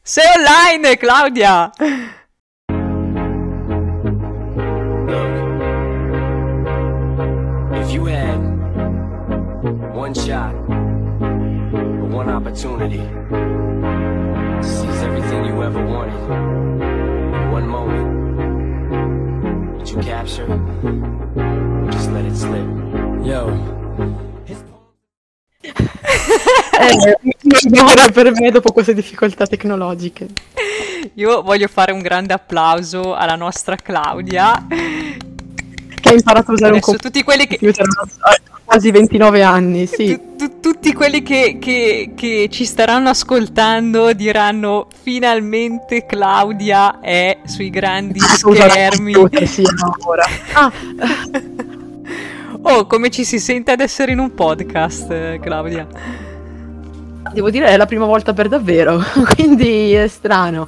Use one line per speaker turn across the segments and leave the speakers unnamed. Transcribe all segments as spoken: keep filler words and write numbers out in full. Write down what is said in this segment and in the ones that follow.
Sei online, Claudia!
If you had one shot or one opportunity to seize everything you ever wanted in one moment, would you capture it or just let it slip? Yo.
Eh, ora per me dopo queste difficoltà tecnologiche.
Io voglio fare un grande applauso alla nostra Claudia,
che ha imparato a usare
adesso
un
tutti quelli che
computer a quasi ventinove anni, sì.
tu- tu- tutti quelli che, che- che ci staranno ascoltando diranno finalmente Claudia è sui grandi
So usare il
schermi.
computer, sì, no, ora. Ah,
Oh, come ci si sente ad essere in un podcast, eh, Claudia?
devo dire è la prima volta per davvero, quindi è strano.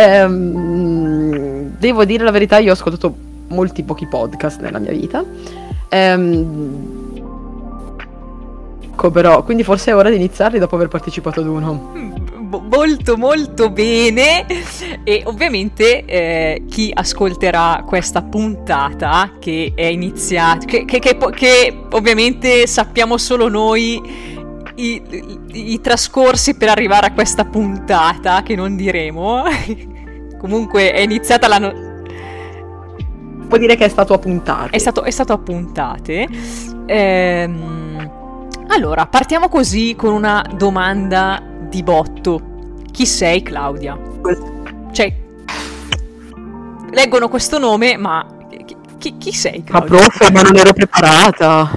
Ehm, devo dire la verità, io ho ascoltato molti pochi podcast nella mia vita. Ehm, ecco, però, quindi forse è ora di iniziarli dopo aver partecipato ad uno.
Mo- Molto molto bene. E ovviamente eh, chi ascolterà questa puntata che è iniziata, che, che- che po- che ovviamente sappiamo solo noi i, i- i trascorsi per arrivare a questa puntata, che non diremo. Comunque è iniziata la no-
Può dire che è stato appuntato.
è stato, è stato a puntate. Ehm, allora, partiamo così con una domanda di botto. Chi sei, Claudia? Cioè, leggono questo nome, ma chi, chi- chi sei,
Ma
Claudia?
prof, ma non ero preparata.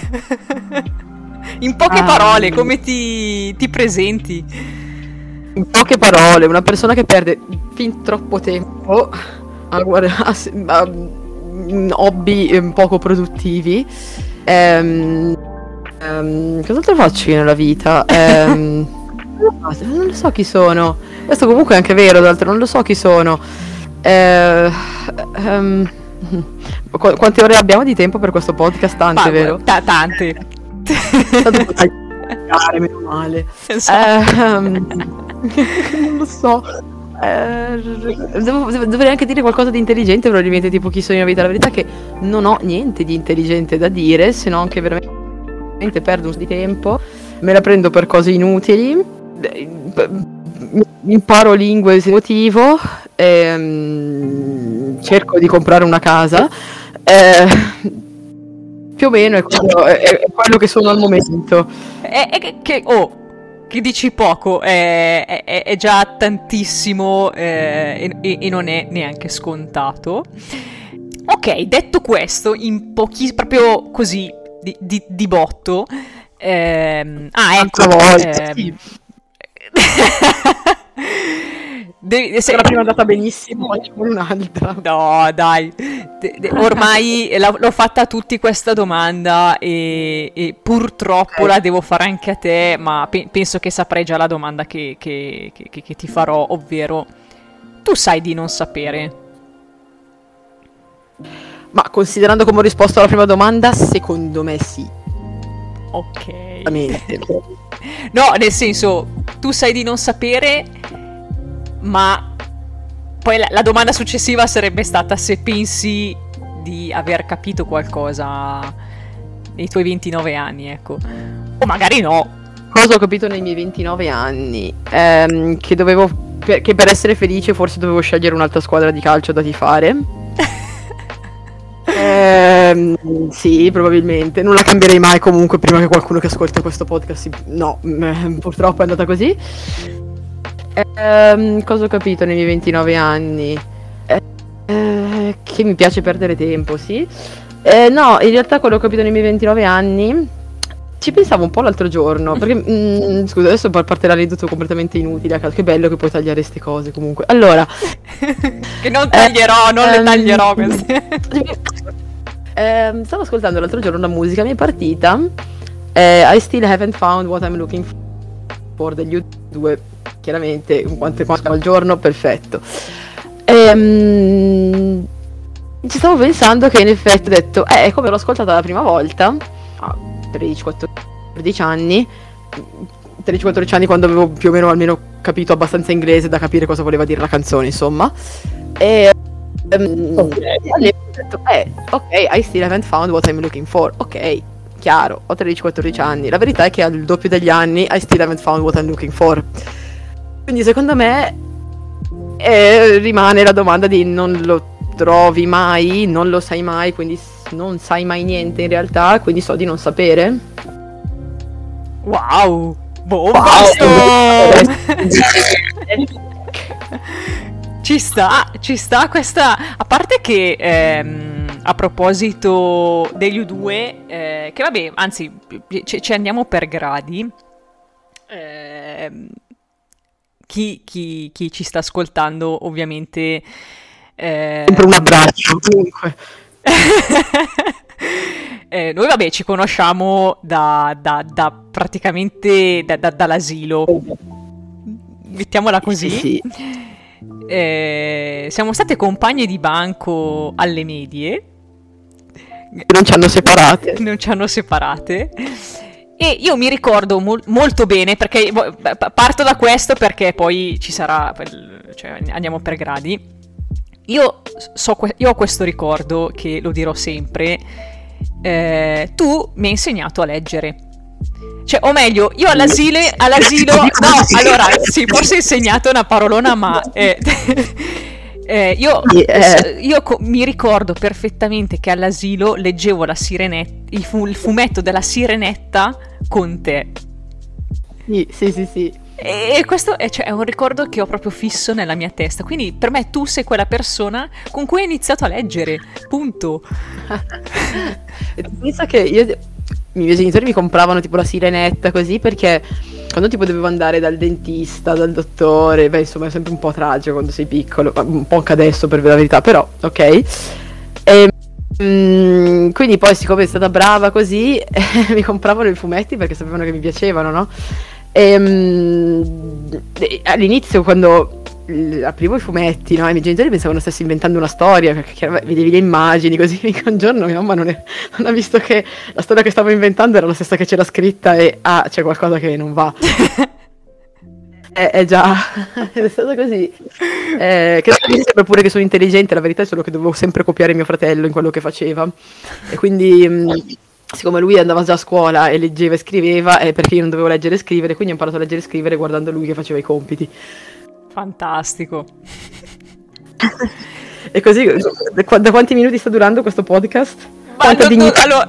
In poche
Ah.
parole, come ti, ti presenti?
In poche parole, una persona che perde fin troppo tempo a guardare a se- a, mm, hobby eh, poco produttivi. Ehm, ehm, cos'altro faccio io nella vita? Ehm, non lo so chi sono. Questo comunque è anche vero, d'altro non lo so chi sono. Eh, ehm, qu- quante ore abbiamo di tempo per questo podcast? Tante,
Ma,
vero?
ta- tante.
Tanto potrei tagliare, meno male.
Esatto.
Ehm, non lo so. Eh, devo- devo- dovrei anche dire qualcosa di intelligente, probabilmente, tipo chi sono in vita. La verità è che non ho niente di intelligente da dire, se no che veramente perdo un sacco di tempo. Me la prendo per cose inutili. eh, Imparo lingue se motivo. ehm, cerco di comprare una casa. eh, più o meno è quello, è- è quello che sono al momento.
È, è che, che- oh, che dici poco, è, è- è già tantissimo eh, e, e non è neanche scontato. Ok, detto questo, in pochi, proprio così, di, di- di botto. ehm, ah, ecco.
Altra volta,
ehm,
sì.
devi- se-
Se la prima è andata benissimo, facciamo un'altra.
No, dai, De- de- ormai la- l'ho fatta a tutti questa domanda e, e purtroppo
Ok.
la devo fare anche a te, ma pe- penso che saprai già la domanda che, che- che- che- che ti farò, ovvero tu sai di non sapere.
Ma considerando come ho risposto alla prima domanda, secondo me sì.
Ok.
Veramente.
No, nel senso, tu sai di non sapere, ma poi la, la domanda successiva sarebbe stata se pensi di aver capito qualcosa nei tuoi ventinove anni, ecco. O magari no.
Cosa ho capito nei miei ventinove anni? Ehm, che dovevo. per- che per essere felice forse dovevo scegliere un'altra squadra di calcio da tifare. Ehm, sì, probabilmente. Non la cambierei mai comunque prima che qualcuno che ascolta questo podcast. si- No, mm, purtroppo è andata così. Ehm, cosa ho capito nei miei ventinove anni? Eh, eh, che mi piace perdere tempo, sì. Eh, no, in realtà quello che ho capito nei miei ventinove anni ci pensavo un po' l'altro giorno, perché mm, scusa, adesso par- parte l'aneddoto completamente inutile a caso. Che bello che puoi tagliare ste cose comunque. Allora,
Che non taglierò, non le
ehm,
taglierò queste.
ehm, stavo ascoltando l'altro giorno una musica, mi è partita eh, I Still Haven't Found What I'm Looking For degli U due, chiaramente quante quante al giorno, perfetto. Ehm, ci stavo pensando che in effetti ho detto, eh, come l'ho ascoltata la prima volta, a tredici quattordici anni, tredici quattordici anni, quando avevo più o meno almeno capito abbastanza inglese da capire cosa voleva dire la canzone, insomma. E um, okay. All'epoca ho detto, eh, ok, I still haven't found what I'm looking for. Ok, chiaro, ho tredici quattordici anni. La verità è che al doppio degli anni I still haven't found what I'm looking for. Quindi secondo me eh, rimane la domanda di non lo trovi mai, non lo sai mai, quindi non sai mai niente in realtà, quindi so di non sapere.
Wow, boh,
wow.
Ci sta, ci sta questa, a parte che ehm, a proposito degli U due, eh, che vabbè, anzi ci, ci andiamo per gradi, eh, chi, chi, chi ci sta ascoltando ovviamente eh,
sempre un abbraccio comunque.
eh, noi vabbè ci conosciamo da, da, da praticamente da, da, dall'asilo, mettiamola così.
Sì, sì.
Eh, siamo state compagne di banco alle medie,
non ci hanno separate
non ci hanno separate e io mi ricordo mo- molto bene, perché parto da questo perché poi ci sarà, cioè andiamo per gradi. Io, so, io ho questo ricordo che lo dirò sempre. Eh, tu mi hai insegnato a leggere. Cioè, o meglio, io all'asilo, all'asilo no, allora, sì, forse ho insegnato una parolona, ma eh, eh, io, io co- mi ricordo perfettamente che all'asilo leggevo la sirenetta, il, fu- il fumetto della Sirenetta con te.
Sì, sì, sì, sì.
E questo è, cioè, è un ricordo che ho proprio fisso nella mia testa. Quindi per me tu sei quella persona con cui ho iniziato a leggere. Punto.
E tu pensa che io, i miei genitori mi compravano tipo la Sirenetta così, perché quando tipo dovevo andare dal dentista, dal dottore, beh insomma è sempre un po' tragico quando sei piccolo, un po' anche adesso per la verità, però ok. E Mm, quindi poi siccome è stata brava così eh, mi compravano i fumetti perché sapevano che mi piacevano, no? E, mm, e all'inizio quando aprivo i fumetti, no, i miei genitori pensavano stessi inventando una storia, perché vedevi le immagini così. Un giorno mia mamma non, è, non ha visto che la storia che stavo inventando era la stessa che c'era scritta e ah, c'è qualcosa che non va. Eh, eh già, è stato così. Eh, credo che sembra pure che sono intelligente, la verità è solo che dovevo sempre copiare mio fratello in quello che faceva. E quindi, mh, siccome lui andava già a scuola e leggeva e scriveva, è perché io non dovevo leggere e scrivere, quindi ho imparato a leggere e scrivere guardando lui che faceva i compiti.
Fantastico.
E così, da, da quanti minuti sta durando questo podcast?
Quanta dignità? Allora...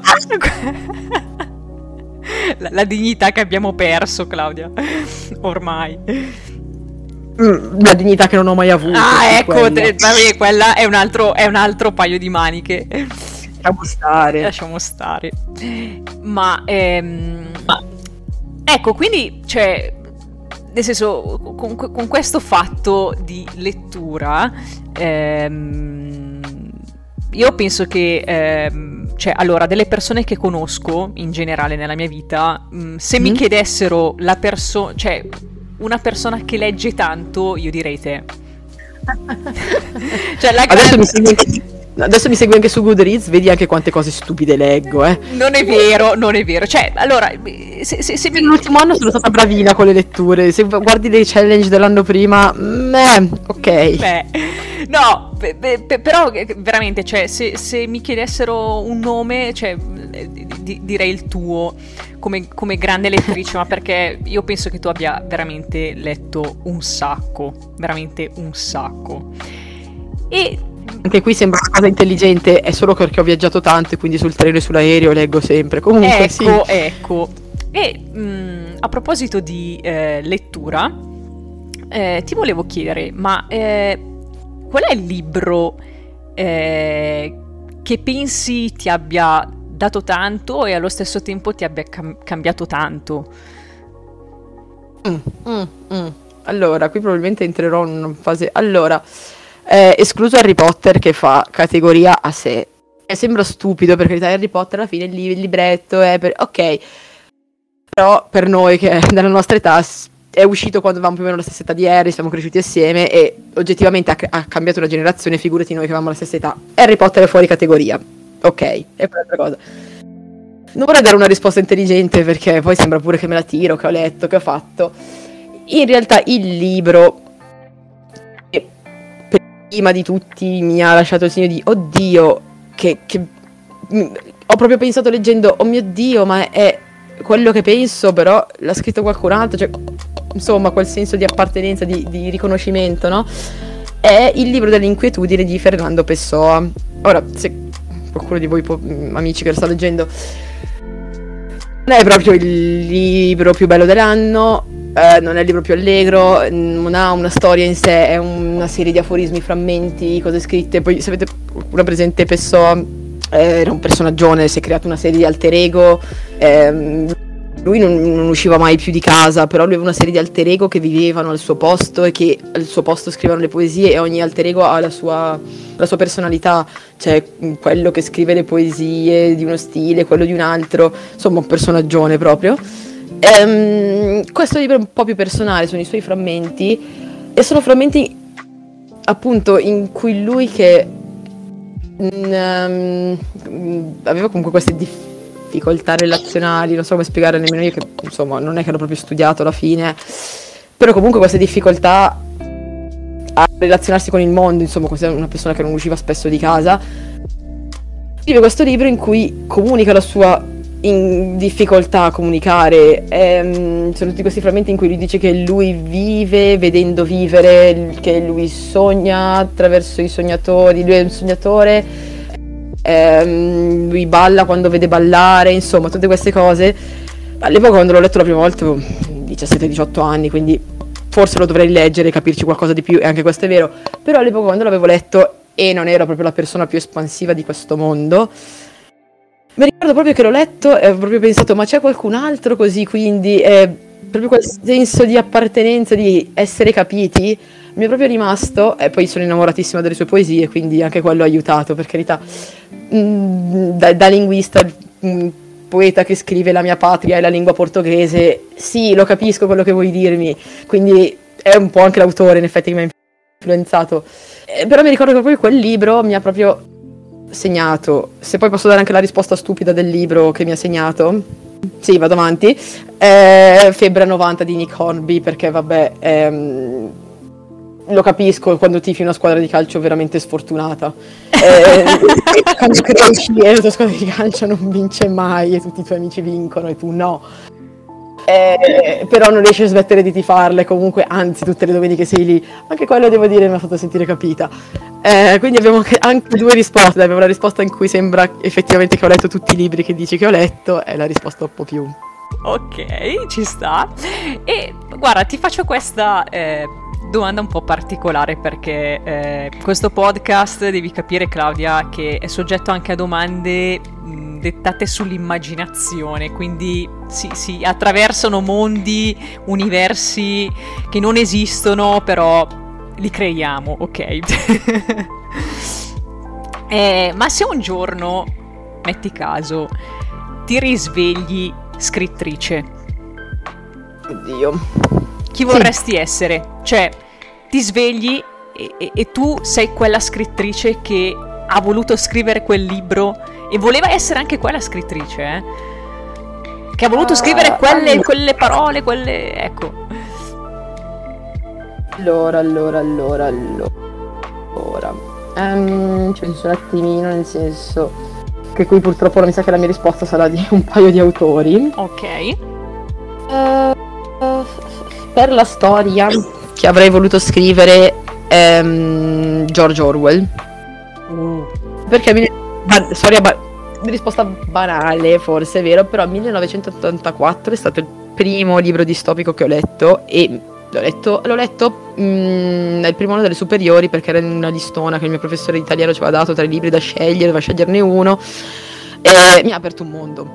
La, la dignità che abbiamo perso, Claudia, ormai.
Mm, la dignità che non ho mai avuto.
Ah, ecco, te, vabbè, quella è un, altro, è un altro paio di maniche.
Lasciamo stare.
Lasciamo stare. Ma, ehm, ma ecco, quindi, cioè, nel senso, con, con questo fatto di lettura, ehm, io penso che... Ehm, cioè, allora, delle persone che conosco in generale nella mia vita, mh, se mm. mi chiedessero la persona, cioè una persona che legge tanto, io direi te. Cioè, la
adesso,
gran...
mi segui anche, adesso mi segui anche su Goodreads, vedi anche quante cose stupide leggo, eh.
Non è vero, non è vero. Cioè, allora, se, se, se mi...
l'ultimo anno sono stata bravina con le letture. Se guardi dei challenge dell'anno prima, meh, ok.
Beh, no, pe, pe, però veramente, cioè, se, se mi chiedessero un nome, cioè, di, direi il tuo come, come grande lettrice, ma perché io penso che tu abbia veramente letto un sacco, veramente un sacco. E
anche qui sembra una cosa intelligente, è solo perché ho viaggiato tanto e quindi sul treno e sull'aereo leggo sempre. Comunque
ecco,
sì.
Ecco, e mh, a proposito di eh, lettura, eh, ti volevo chiedere, ma eh, qual è il libro eh, che pensi ti abbia dato tanto e allo stesso tempo ti abbia cam- cambiato tanto?
Mm, mm, mm. Allora, qui probabilmente entrerò in una fase... Allora... Eh, escluso Harry Potter che fa categoria a sé. E sembra stupido perché Harry Potter alla fine il, li- il libretto è per... ok, però per noi che nella nostra età è uscito quando avevamo più o meno la stessa età di Harry, siamo cresciuti assieme e oggettivamente ha, ha cambiato una generazione, figurati noi che avevamo la stessa età. Harry Potter è fuori categoria, ok, è un'altra cosa. non vorrei dare una risposta intelligente perché poi sembra pure che me la tiro, che ho letto, che ho fatto. In realtà il libro, che prima di tutti mi ha lasciato il segno di oddio, che, che ho proprio pensato leggendo, oh mio Dio, ma è quello che penso, però l'ha scritto qualcun altro, cioè, insomma, quel senso di appartenenza, di, di riconoscimento, no? È il libro dell'inquietudine di Fernando Pessoa. Ora, se qualcuno di voi, po- amici che lo sta leggendo, non è proprio il libro più bello dell'anno, eh, non è il libro più allegro, non ha una storia in sé, è una serie di aforismi, frammenti, cose scritte. Poi, se avete una presente Pessoa, eh, era un personaggione, si è creato una serie di alter ego, ehm, lui non, non usciva mai più di casa, però lui aveva una serie di alter ego che vivevano al suo posto e che al suo posto scrivevano le poesie, e ogni alter ego ha la sua, la sua personalità, cioè quello che scrive le poesie di uno stile, quello di un altro, insomma un personaggione proprio. Ehm, questo libro è un po' più personale, sono i suoi frammenti, e sono frammenti appunto in cui lui che um, aveva comunque queste difficoltà difficoltà relazionali, non so come spiegare nemmeno io, che insomma non è che l'ho proprio studiato alla fine, però comunque queste difficoltà a relazionarsi con il mondo, insomma, come una persona che non usciva spesso di casa, scrive questo libro in cui comunica la sua in difficoltà a comunicare. Ehm, sono tutti questi frammenti in cui lui dice che lui vive vedendo vivere, che lui sogna attraverso i sognatori, lui è un sognatore. Ehm, lui balla quando vede ballare, insomma tutte queste cose. All'epoca quando l'ho letto la prima volta avevo diciassette diciotto anni, quindi forse lo dovrei leggere e capirci qualcosa di più, e anche questo è vero, però all'epoca quando l'avevo letto e non ero proprio la persona più espansiva di questo mondo, mi ricordo proprio che l'ho letto e ho proprio pensato, ma c'è qualcun altro così, quindi è proprio quel senso di appartenenza, di essere capiti, mi è proprio rimasto. E poi sono innamoratissima delle sue poesie, quindi anche quello ha aiutato, per carità. Da, da linguista, un poeta che scrive la mia patria è la lingua portoghese, sì, lo capisco quello che vuoi dirmi, quindi è un po' anche l'autore in effetti che mi ha influenzato, eh, però mi ricordo che proprio quel libro mi ha proprio segnato. Se poi posso dare anche la risposta stupida del libro che mi ha segnato, sì, vado avanti. eh, Febbre a novanta di Nick Hornby, perché vabbè, ehm, lo capisco quando tifi una squadra di calcio veramente sfortunata, eh, quando cresci e la tua squadra di calcio non vince mai e tutti i tuoi amici vincono e tu no, eh, però non riesci a smettere di tifarle comunque, anzi tutte le domeniche sei lì. Anche quello devo dire mi ha fatto sentire capita, eh, quindi abbiamo anche, anche due risposte. Abbiamo la risposta in cui sembra effettivamente che ho letto tutti i libri che dici che ho letto, e la risposta un po' più
ok, ci sta. E guarda, ti faccio questa eh, domanda un po' particolare, perché eh, questo podcast, devi capire Claudia, che è soggetto anche a domande mh, dettate sull'immaginazione, quindi si, si attraversano mondi, universi che non esistono, però li creiamo, ok? eh, ma se un giorno, metti caso, ti risvegli scrittrice,
oddio,
chi vorresti sì. essere? Cioè, ti svegli e, e, e tu sei quella scrittrice che ha voluto scrivere quel libro e voleva essere anche quella scrittrice, eh? Che ha voluto uh, scrivere quelle, allora. quelle parole, quelle... ecco.
Allora, allora, allora, allora... Um, ci penso un attimino, nel senso che qui purtroppo mi sa che la mia risposta sarà di un paio di autori.
Ok.
Uh, uh, per la storia che avrei voluto scrivere um, George Orwell.
Uh.
Perché mi... Ba- storia ba- risposta banale, forse è vero, però millenovecentottantaquattro è stato il primo libro distopico che ho letto, e l'ho letto, l'ho letto mh, nel primo anno delle superiori, perché era in una listona che il mio professore di italiano ci aveva dato tra i libri da scegliere, doveva sceglierne uno, e mi ha aperto un mondo.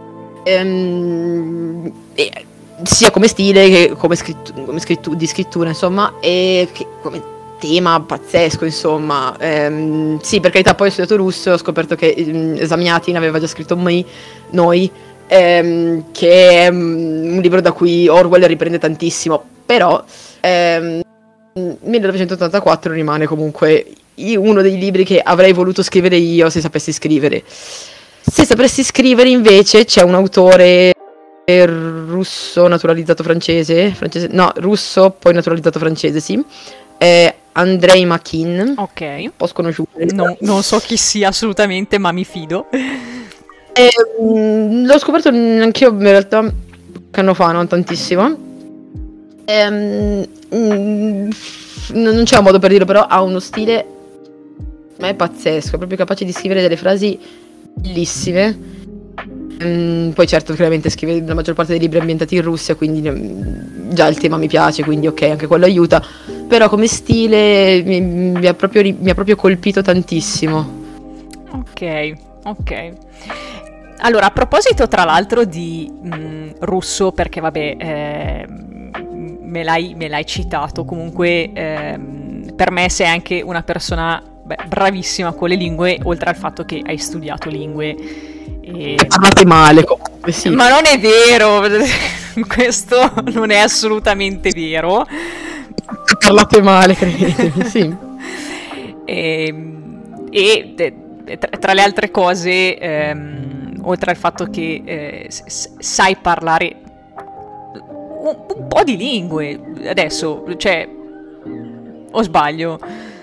Ehm, e, sia come stile che come, scrittu- come scrittu- di scrittura, insomma, e che come tema pazzesco, insomma. Ehm, sì, per carità, poi ho studiato russo e ho scoperto che um, Zamyatin aveva già scritto Noi, Noi ehm, che è um, un libro da cui Orwell riprende tantissimo, però ehm, millenovecentottantaquattro rimane comunque uno dei libri che avrei voluto scrivere io se sapessi scrivere. Se sapresti scrivere invece c'è un autore russo naturalizzato francese, francese no, russo poi naturalizzato francese, sì, è Andrei Makin.
Ok.
Un po' sconosciuto.
No, non so chi sia assolutamente, ma mi fido.
E, mh, l'ho scoperto anch'io in realtà qualche anno fa, non tantissimo. E, mh, mh, non c'è un modo per dirlo, però ha uno stile, ma è pazzesco, è proprio capace di scrivere delle frasi bellissime. Mm, poi certo, chiaramente scrive la maggior parte dei libri ambientati in Russia, quindi mm, già il tema mi piace, quindi ok, anche quello aiuta. Però come stile mi, mi ha proprio, ri- mi ha proprio colpito tantissimo.
Ok, ok. Allora, a proposito tra l'altro di mh, russo, perché vabbè, eh, me, l'hai, me l'hai citato, comunque eh, per me sei anche una persona beh, bravissima con le lingue, oltre al fatto che hai studiato lingue. E...
parlate male comunque, sì.
Ma non è vero, questo non è assolutamente vero.
Parlate male, credetemi, sì.
E, e tra, tra le altre cose, ehm, oltre al fatto che eh, s- sai parlare un, un po' di lingue, adesso, cioè, o sbaglio?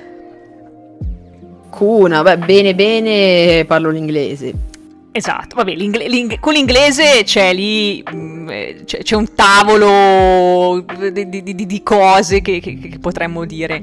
Cuna, beh, bene bene parlo l'inglese.
Esatto, vabbè, l'ingle- l'ing- con l'inglese c'è lì, mh, c'è, c'è un tavolo di, di- di- di cose che, che- che potremmo dire.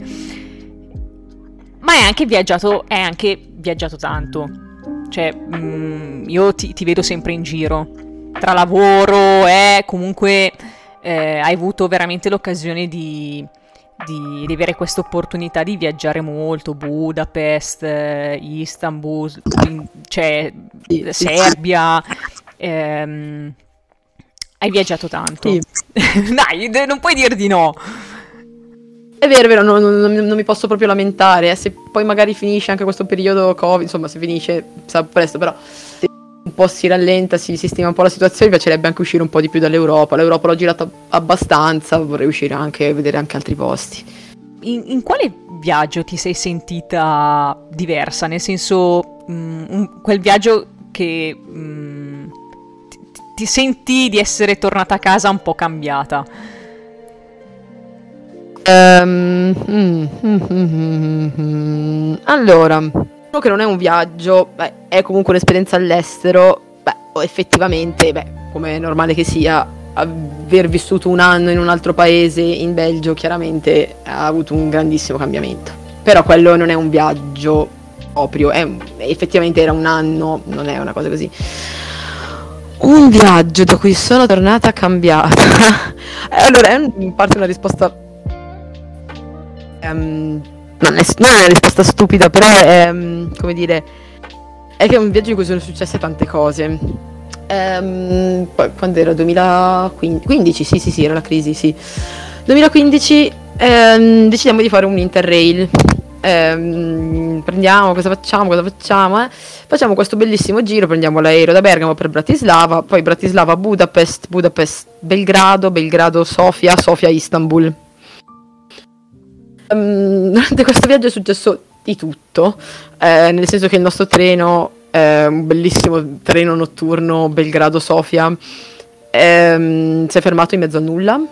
Ma è anche viaggiato, è anche viaggiato tanto. Cioè, mh, io ti, ti vedo sempre in giro. Tra lavoro e comunque eh, hai avuto veramente l'occasione di, di, di avere questa opportunità di viaggiare molto. Budapest, eh, Istanbul, in- cioè
Sì, sì,
Serbia. ehm, hai viaggiato tanto.
Sì.
Dai, d- non puoi dir di no.
È vero, è vero, non, non- non mi posso proprio lamentare, eh. Se poi magari finisce anche questo periodo Covid, insomma, se finisce, sa presto, però se un po' si rallenta, si sistema un po' la situazione, mi piacerebbe anche uscire un po' di più dall'Europa. L'Europa l'ho girata abbastanza, vorrei uscire anche, vedere anche altri posti.
In, in quale viaggio ti sei sentita diversa? Nel senso, mm, un- quel viaggio che mm, ti, ti senti di essere tornata a casa un po' cambiata?
Ehm, mm, mm, mm, mm, mm. Allora, uno che non è un viaggio, beh, è comunque un'esperienza all'estero, beh, o effettivamente, beh, come è normale che sia, aver vissuto un anno in un altro paese, in Belgio, chiaramente ha avuto un grandissimo cambiamento. Però quello non è un viaggio proprio, è, effettivamente era un anno, non è una cosa così. Un viaggio da cui sono tornata cambiata. Allora, è un- in parte una risposta Ehm, non, è, non è una risposta stupida, però è, ehm, come dire, è che è un viaggio in cui sono successe tante cose. Ehm, poi, quando era duemilaquindici, sì sì sì, era la crisi, sì. duemilaquindici, ehm, decidiamo di fare un Interrail. Ehm, prendiamo, cosa facciamo, cosa facciamo? eh? Facciamo questo bellissimo giro, prendiamo l'aereo da Bergamo per Bratislava, poi Bratislava, Budapest, Budapest, Belgrado, Belgrado, Sofia, Sofia, Istanbul. Um, durante questo viaggio è successo di tutto, eh, nel senso che il nostro treno, eh, un bellissimo treno notturno Belgrado-Sofia, ehm, si è fermato in mezzo a nulla,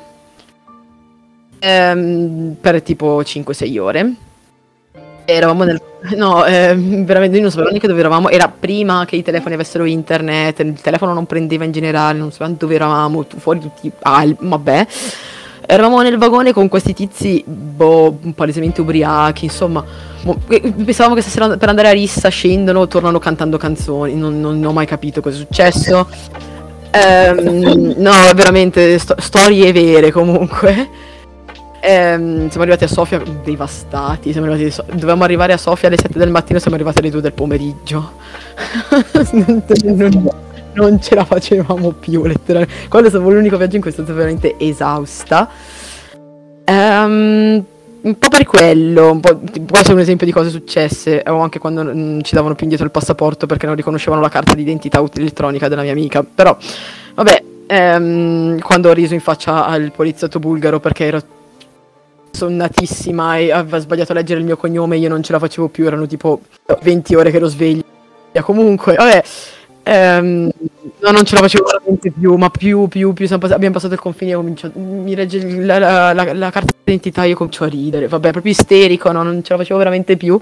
ehm, per tipo cinque sei ore. Eravamo nel... No, ehm, veramente io non sapevo neanche dove eravamo, era prima che i telefoni avessero internet, il telefono non prendeva in generale, non sapevamo dove eravamo, tu- fuori tutti... Ah, il- vabbè... Eravamo nel vagone con questi tizi, boh, palesemente ubriachi, insomma. mo- e- Pensavamo che stasera per andare a rissa scendono, tornano cantando canzoni. Non, non ho mai capito cosa è successo. Ehm, no, veramente, sto- storie vere comunque. Ehm, siamo arrivati a Sofia devastati. Siamo arrivati so- dovevamo arrivare a Sofia alle sette del mattino, siamo arrivati alle due del pomeriggio. non, non- non ce la facevamo più, letteralmente. Quello è stato l'unico viaggio in cui sono stata veramente esausta. Ehm, un po' per quello, un po', può essere un esempio di cose successe, o anche quando non ci davano più indietro il passaporto perché non riconoscevano la carta d'identità ut- elettronica della mia amica. Però, vabbè, ehm, quando ho riso in faccia al poliziotto bulgaro perché ero sonnatissima e aveva sbagliato a leggere il mio cognome, io non ce la facevo più, erano tipo venti ore che ero sveglia. Comunque, vabbè. Ehm, no, non ce la facevo veramente più, ma più, più, più siamo pass- abbiamo passato il confine, comincio, mi legge il- la, la- la- la carta d'identità, io comincio a ridere, vabbè, proprio isterico, no, non ce la facevo veramente più.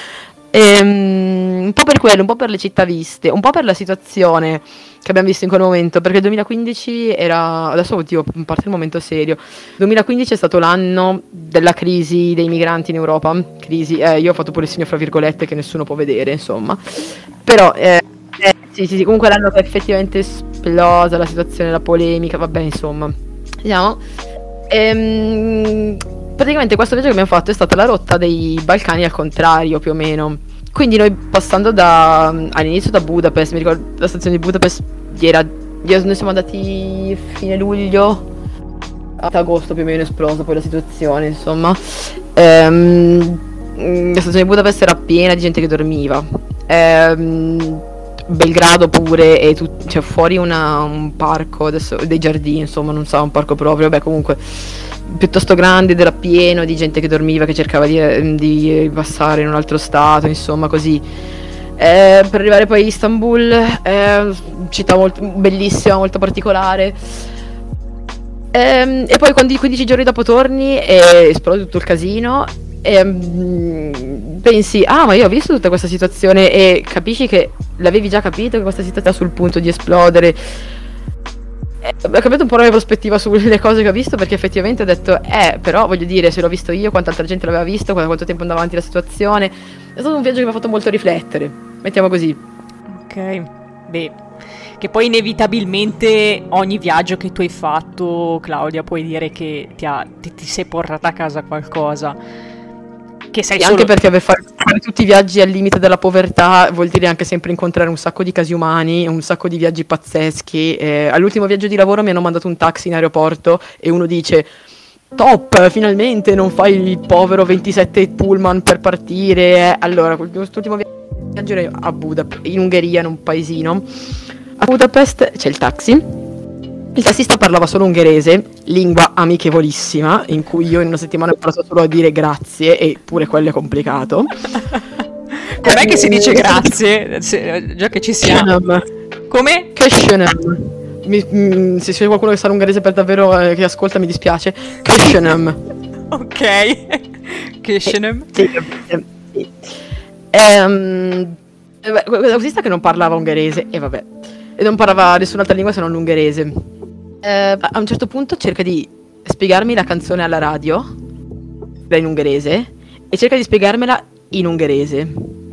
Ehm, un po' per quello, un po' per le città viste, un po' per la situazione che abbiamo visto in quel momento, perché il duemilaquindici era, adesso oddio, a parte il momento serio, duemilaquindici è stato l'anno della crisi dei migranti in Europa, crisi, eh, io ho fatto pure il segno fra virgolette che nessuno può vedere, insomma, però eh, eh, sì, sì, sì, comunque l'anno che è effettivamente esplosa la situazione, la polemica, vabbè, insomma, diciamo. Ehm, praticamente questo viaggio che abbiamo fatto è stata la rotta dei Balcani al contrario, più o meno. Quindi noi passando da all'inizio da Budapest, mi ricordo la stazione di Budapest era, io- noi siamo andati fine luglio, ad agosto più o meno è esplosa poi la situazione, insomma. Ehm, la stazione di Budapest era piena di gente che dormiva. Ehm, Belgrado pure, e tu, c'è fuori una- un parco, adesso, dei giardini, insomma, non so, un parco proprio, vabbè, comunque piuttosto grande ed era pieno di gente che dormiva, che cercava di, di passare in un altro stato, insomma, così. Eh, per arrivare poi a Istanbul, eh, città molto bellissima, molto particolare. Ehm, e poi quando quindici giorni dopo torni e esplode tutto il casino e mm, pensi, ah, ma io ho visto tutta questa situazione, e capisci che l'avevi già capito che questa situazione era sul punto di esplodere. Eh, ho cambiato un po' la mia prospettiva sulle cose che ho visto, perché effettivamente ho detto, eh, però voglio dire, se l'ho visto io, quanta altra gente l'aveva visto, quanto quanto tempo andava avanti la situazione. È stato un viaggio che mi ha fatto molto riflettere, mettiamo così.
Ok, beh, che poi inevitabilmente ogni viaggio che tu hai fatto, Claudia, puoi dire che ti, ha, ti, ti sei portata a casa qualcosa. Che sei
E
solo...
anche perché per fare, fare tutti i viaggi al limite della povertà vuol dire anche sempre incontrare un sacco di casi umani, un sacco di viaggi pazzeschi. Eh, all'ultimo viaggio di lavoro mi hanno mandato un taxi in aeroporto e uno dice: top, finalmente non fai il povero ventisette pullman per partire. Eh, allora, quest'ultimo viaggio era a Budapest, in Ungheria, in un paesino. A Budapest c'è il taxi. Il tassista parlava solo ungherese, lingua amichevolissima, in cui io in una settimana ho imparato solo a dire grazie, e pure quello è complicato.
Com'è che si dice grazie? Se- già che ci siamo. Come?
Köszönöm. Mi- mm, se c'è qualcuno che sa l'ungherese per davvero, eh, che ascolta, mi dispiace. Köszönöm.
Ok. Köszönöm.
Sì, eh, sì. Ehm, eh, beh, questo tassista che non parlava ungherese, e vabbè, e non parlava nessun'altra lingua se non l'ungherese. Eh, a un certo punto cerca di spiegarmi la canzone alla radio, in ungherese, e cerca di spiegarmela in ungherese.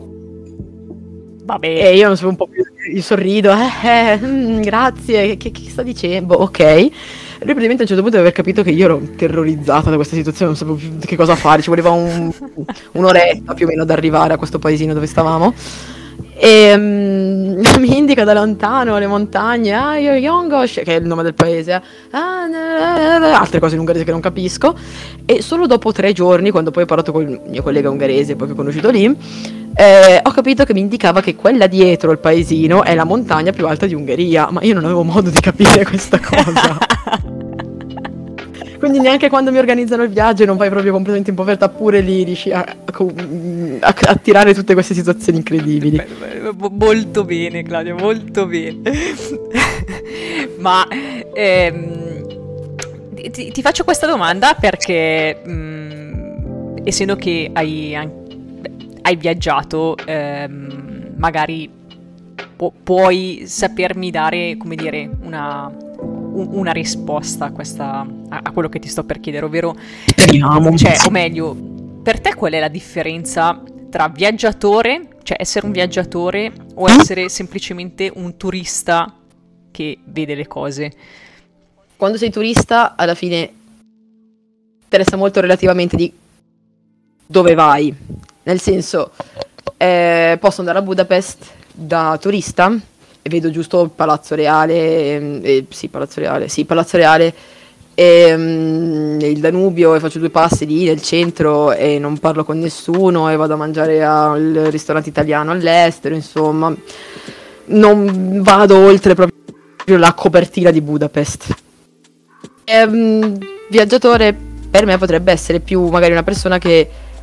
Vabbè.
E io non so, un po' più, io sorrido, eh, eh, mm, grazie, che, che sta dicendo? Boh, ok. E lui praticamente a un certo punto deve aver capito che io ero terrorizzata da questa situazione, non sapevo più che cosa fare, ci voleva un, un'oretta più o meno ad arrivare a questo paesino dove stavamo. E mm, mi indica da lontano le montagne, ah, io Yongos, che è il nome del paese, ah, na- na- na- altre cose in ungherese che non capisco. E solo dopo tre giorni, quando poi ho parlato con il mio collega ungherese, poi che ho conosciuto lì, eh, ho capito che mi indicava che quella dietro il paesino è la montagna più alta di Ungheria, ma io non avevo modo di capire questa cosa. Quindi neanche quando mi organizzano il viaggio e non vai proprio completamente in povertà, pure lì riesci a, a, a, a tirare tutte queste situazioni incredibili.
Beh, beh, mo- molto bene, Claudia, molto bene. Ma ehm, ti, ti faccio questa domanda perché mh, essendo che hai, an- beh, hai viaggiato, ehm, magari pu- puoi sapermi dare, come dire, una, un- una risposta a, questa, a, a quello che ti sto per chiedere, ovvero,
Speriamo.
cioè, o meglio, per te qual è la differenza tra viaggiatore, cioè essere un viaggiatore, o essere semplicemente un turista che vede le cose?
Quando sei turista, alla fine interessa molto relativamente di dove vai. Nel senso, eh, posso andare a Budapest da turista e vedo giusto il Palazzo Reale, eh, eh, sì, Palazzo Reale, sì, Palazzo Reale, e mm, il Danubio, e faccio due passi lì nel centro e non parlo con nessuno e vado a mangiare al ristorante italiano all'estero, insomma. Non vado oltre proprio la copertina di Budapest. Ehm, viaggiatore per me potrebbe essere più magari una persona che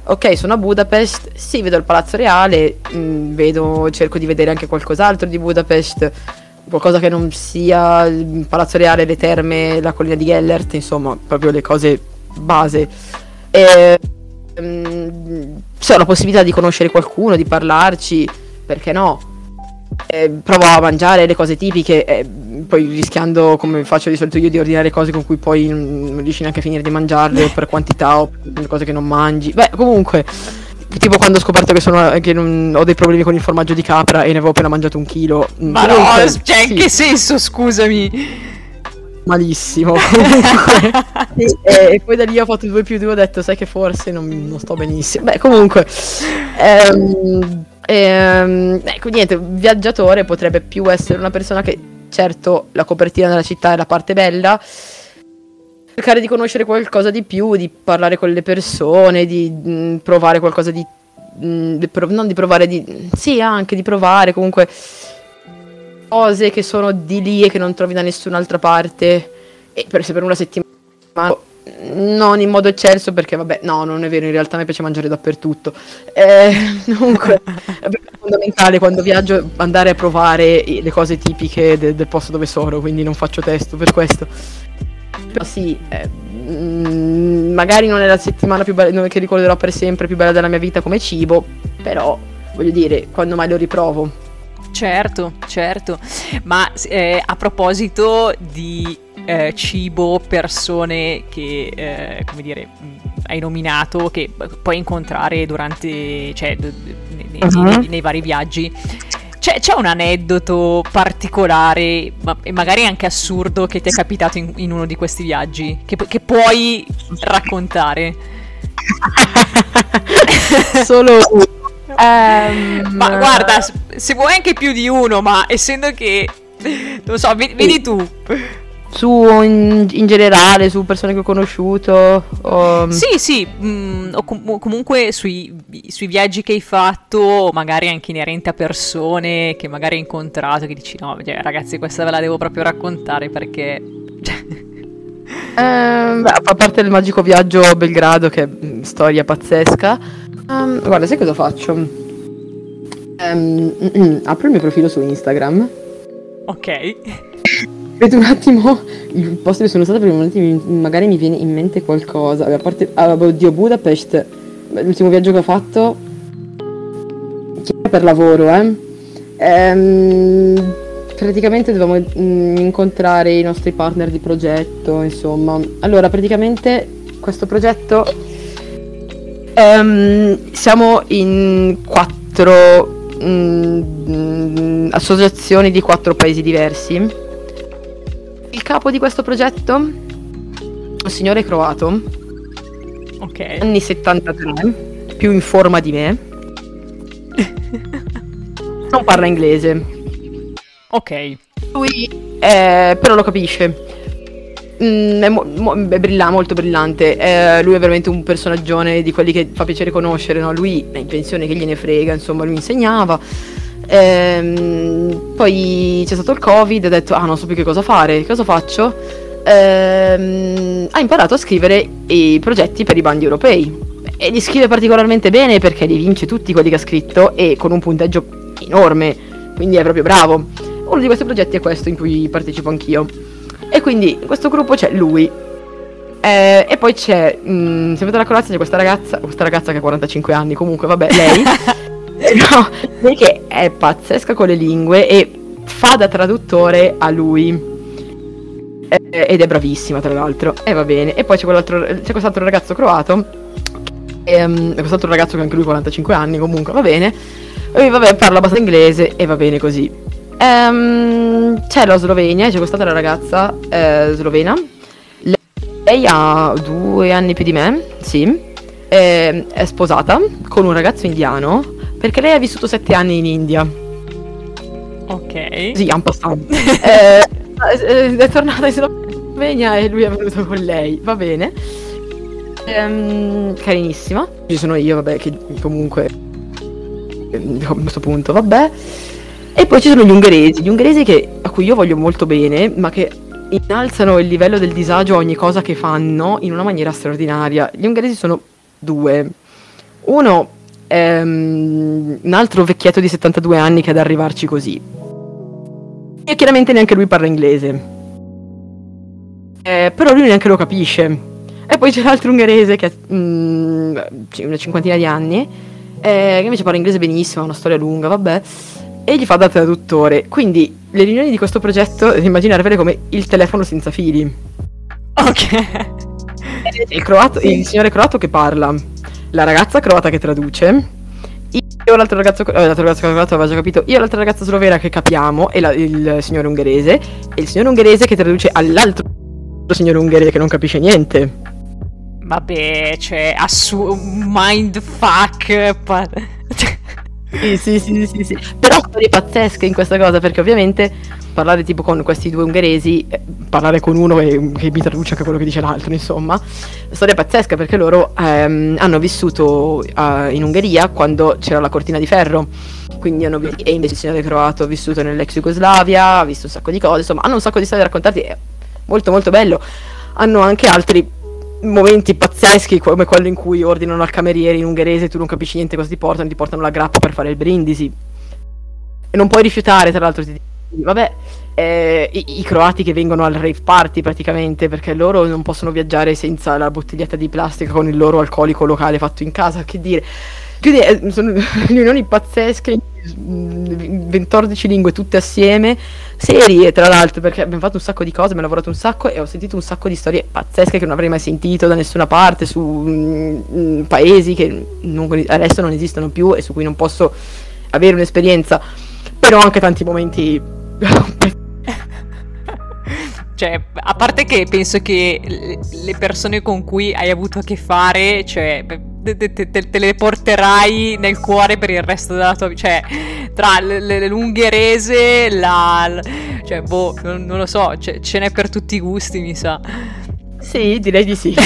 ok, sono a Budapest, sì, vedo il Palazzo Reale, mh, vedo, cerco di vedere anche qualcos'altro di Budapest, qualcosa che non sia il Palazzo Reale, le terme, la collina di Gellert, insomma, proprio le cose base. E, mh, se ho la possibilità di conoscere qualcuno, di parlarci, perché no? Eh, provo a mangiare le cose tipiche, eh, poi rischiando, come faccio di solito io, di ordinare cose con cui poi non riesci neanche a finire di mangiarle, o per quantità, o per cose che non mangi. Beh, comunque, tipo quando ho scoperto che, sono, che non, ho dei problemi con il formaggio di capra e ne avevo appena mangiato un chilo.
Ma
comunque,
no, cioè, in
sì,
che senso, scusami?
malissimo. Comunque, sì, e, e poi da lì ho fatto due più due, ho detto, sai che forse non, non sto benissimo. Beh, comunque... Ehm, Ehm, ecco, niente, viaggiatore potrebbe più essere una persona che, certo, la copertina della città è la parte bella, cercare di conoscere qualcosa di più, di parlare con le persone, di mh, provare qualcosa di, mh, di prov- non di provare di, sì, anche di provare comunque cose che sono di lì e che non trovi da nessun'altra parte, e per, se per una settimana, non in modo eccelso, perché vabbè, no, non è vero, in realtà mi piace mangiare dappertutto. Eh, comunque è fondamentale quando viaggio andare a provare le cose tipiche de- del posto dove sono, quindi non faccio testo per questo. Però sì, eh, mm, magari non è la settimana più bella, che ricorderò per sempre, più bella della mia vita come cibo, però voglio dire, quando mai lo riprovo.
Certo, certo. Ma eh, a proposito di eh, cibo, persone che, eh, come dire, mh, hai nominato, che puoi incontrare durante, cioè, d- d- nei,
Uh-huh.
nei- nei vari viaggi, c'è, c'è un aneddoto particolare, ma e magari anche assurdo, che ti è capitato in, in uno di questi viaggi, che, pu- che puoi raccontare?
Solo Ehm,
Ma guarda, s- se vuoi anche più di uno, ma essendo che, non so, vedi, vedi tu.
su in, in generale, su persone che ho conosciuto. o-
Sì, sì, mm, o com- o comunque sui, sui viaggi che hai fatto, o magari anche inerente a persone che magari hai incontrato, che dici no, cioè, ragazzi, questa ve la devo proprio raccontare perché...
Ehm, beh, fa parte del magico viaggio a Belgrado, che è mm, storia pazzesca. Ehm, guarda, sai cosa faccio? Ehm, mm, mm, apro il mio profilo su Instagram.
Ok.
Vedo un attimo il posto dove sono stata, per un momento mi- magari mi viene in mente qualcosa. Vabbè, a parte, ah, vabbè, oddio, Budapest, beh, l'ultimo viaggio che ho fatto, che è per lavoro, eh. Ehm, praticamente dovevamo mm, incontrare i nostri partner di progetto, insomma. Allora, praticamente questo progetto, ehm, siamo in quattro mm, mm, associazioni di quattro paesi diversi. Il capo di questo progetto, un signore croato,
Ok.
anni settantatré, più in forma di me, non parla inglese.
Ok.
Lui eh, però lo capisce. Mm, è, mo- mo- è brilla- molto brillante. Eh, lui è veramente un personaggione di quelli che fa piacere conoscere, no? Lui è in pensione, che gliene frega, insomma, lui insegnava. Ehm, poi c'è stato il Covid, ha detto, ah, non so più che cosa fare, cosa faccio? Ehm, ha imparato a scrivere i progetti per i bandi europei. E li scrive particolarmente bene perché li vince tutti quelli che ha scritto e con un punteggio enorme, quindi è proprio bravo. Uno di questi progetti è questo in cui partecipo anch'io. E quindi in questo gruppo c'è lui. Eh, e poi c'è, mh, sempre dalla Croazia, c'è questa ragazza, questa ragazza che ha quarantacinque anni, comunque vabbè, lei. No, lei che è pazzesca con le lingue e fa da traduttore a lui. Eh, ed è bravissima, tra l'altro. E va bene. E poi c'è quell'altro, c'è quest'altro ragazzo croato. E quest'altro ragazzo che anche lui ha quarantacinque anni, comunque va bene. E vabbè, parla abbastanza inglese e va bene così. Ehm, c'è la Slovenia, c'è quest'altra ragazza eh, slovena. Lei, lei ha due anni più di me, sì. È, è sposata con un ragazzo indiano perché lei ha vissuto sette anni in India.
Ok.
Sì, un po' stanco. eh, eh, è tornata in Slovenia e lui è venuto con lei, va bene. Ehm, carinissima. Ci sono io, vabbè, che comunque eh, a questo punto, vabbè. E poi ci sono gli ungheresi, gli ungheresi che, a cui io voglio molto bene, ma che innalzano il livello del disagio a ogni cosa che fanno in una maniera straordinaria. Gli ungheresi sono due. Uno è um, un altro vecchietto di settantadue anni che è ad arrivarci così. E chiaramente neanche lui parla inglese. Eh, però lui neanche lo capisce. E poi c'è l'altro ungherese che ha mm, una cinquantina di anni, eh, che invece parla inglese benissimo, ha una storia lunga, vabbè, e gli fa da traduttore. Quindi le riunioni di questo progetto, immaginarvele come il telefono senza fili.
Ok.
Il, croato, il signore croato che parla, la ragazza croata che traduce, io l'altro ragazzo, eh, l'altro ragazzo croato aveva già capito, io l'altra ragazza slovena che capiamo, e la, il signore ungherese, e il signore ungherese che traduce all'altro signore ungherese che non capisce niente.
Vabbè, cioè, assu- mindfuck. Pa-
Sì, sì, sì, sì, sì. Però storie pazzesche in questa cosa, perché ovviamente parlare tipo con questi due ungheresi, eh, parlare con uno che, che mi traduce anche quello che dice l'altro, insomma, storia pazzesca perché loro ehm, hanno vissuto uh, in Ungheria quando c'era la cortina di ferro, quindi hanno visto, e invece il signore croato ha vissuto nell'ex Jugoslavia, ha visto un sacco di cose, insomma, hanno un sacco di storie da raccontarti, è molto molto bello. Hanno anche altri momenti pazzeschi come quello in cui ordinano al cameriere in ungherese, tu non capisci niente cosa ti portano, ti portano la grappa per fare il brindisi e non puoi rifiutare, tra l'altro ti dico, vabbè, eh, i, i croati che vengono al rave party praticamente perché loro non possono viaggiare senza la bottiglietta di plastica con il loro alcolico locale fatto in casa, che dire, quindi eh, sono riunioni pazzesche, ventordici lingue tutte assieme, serie tra l'altro, perché abbiamo fatto un sacco di cose, abbiamo lavorato un sacco e ho sentito un sacco di storie pazzesche che non avrei mai sentito da nessuna parte, su mm, paesi che non, adesso non esistono più e su cui non posso avere un'esperienza, però anche tanti momenti
Cioè, a parte che penso che le persone con cui hai avuto a che fare, cioè, te, te, te, te le porterai nel cuore per il resto della tua vita. Cioè, tra l- l- l'ungherese, la... l- cioè, boh, non, non lo so, ce, ce n'è per tutti i gusti, mi sa.
Sì, direi di sì.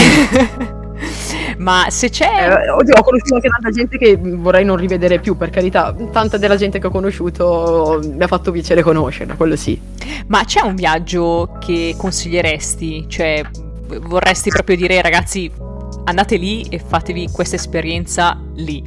Ma se c'è...
Eh, oddio, ho conosciuto anche tanta gente che vorrei non rivedere più, per carità. Tanta della gente che ho conosciuto mi ha fatto piacere conoscerla, quello sì.
Ma c'è un viaggio che consiglieresti? Cioè, vorresti proprio dire, ragazzi, andate lì e fatevi questa esperienza lì?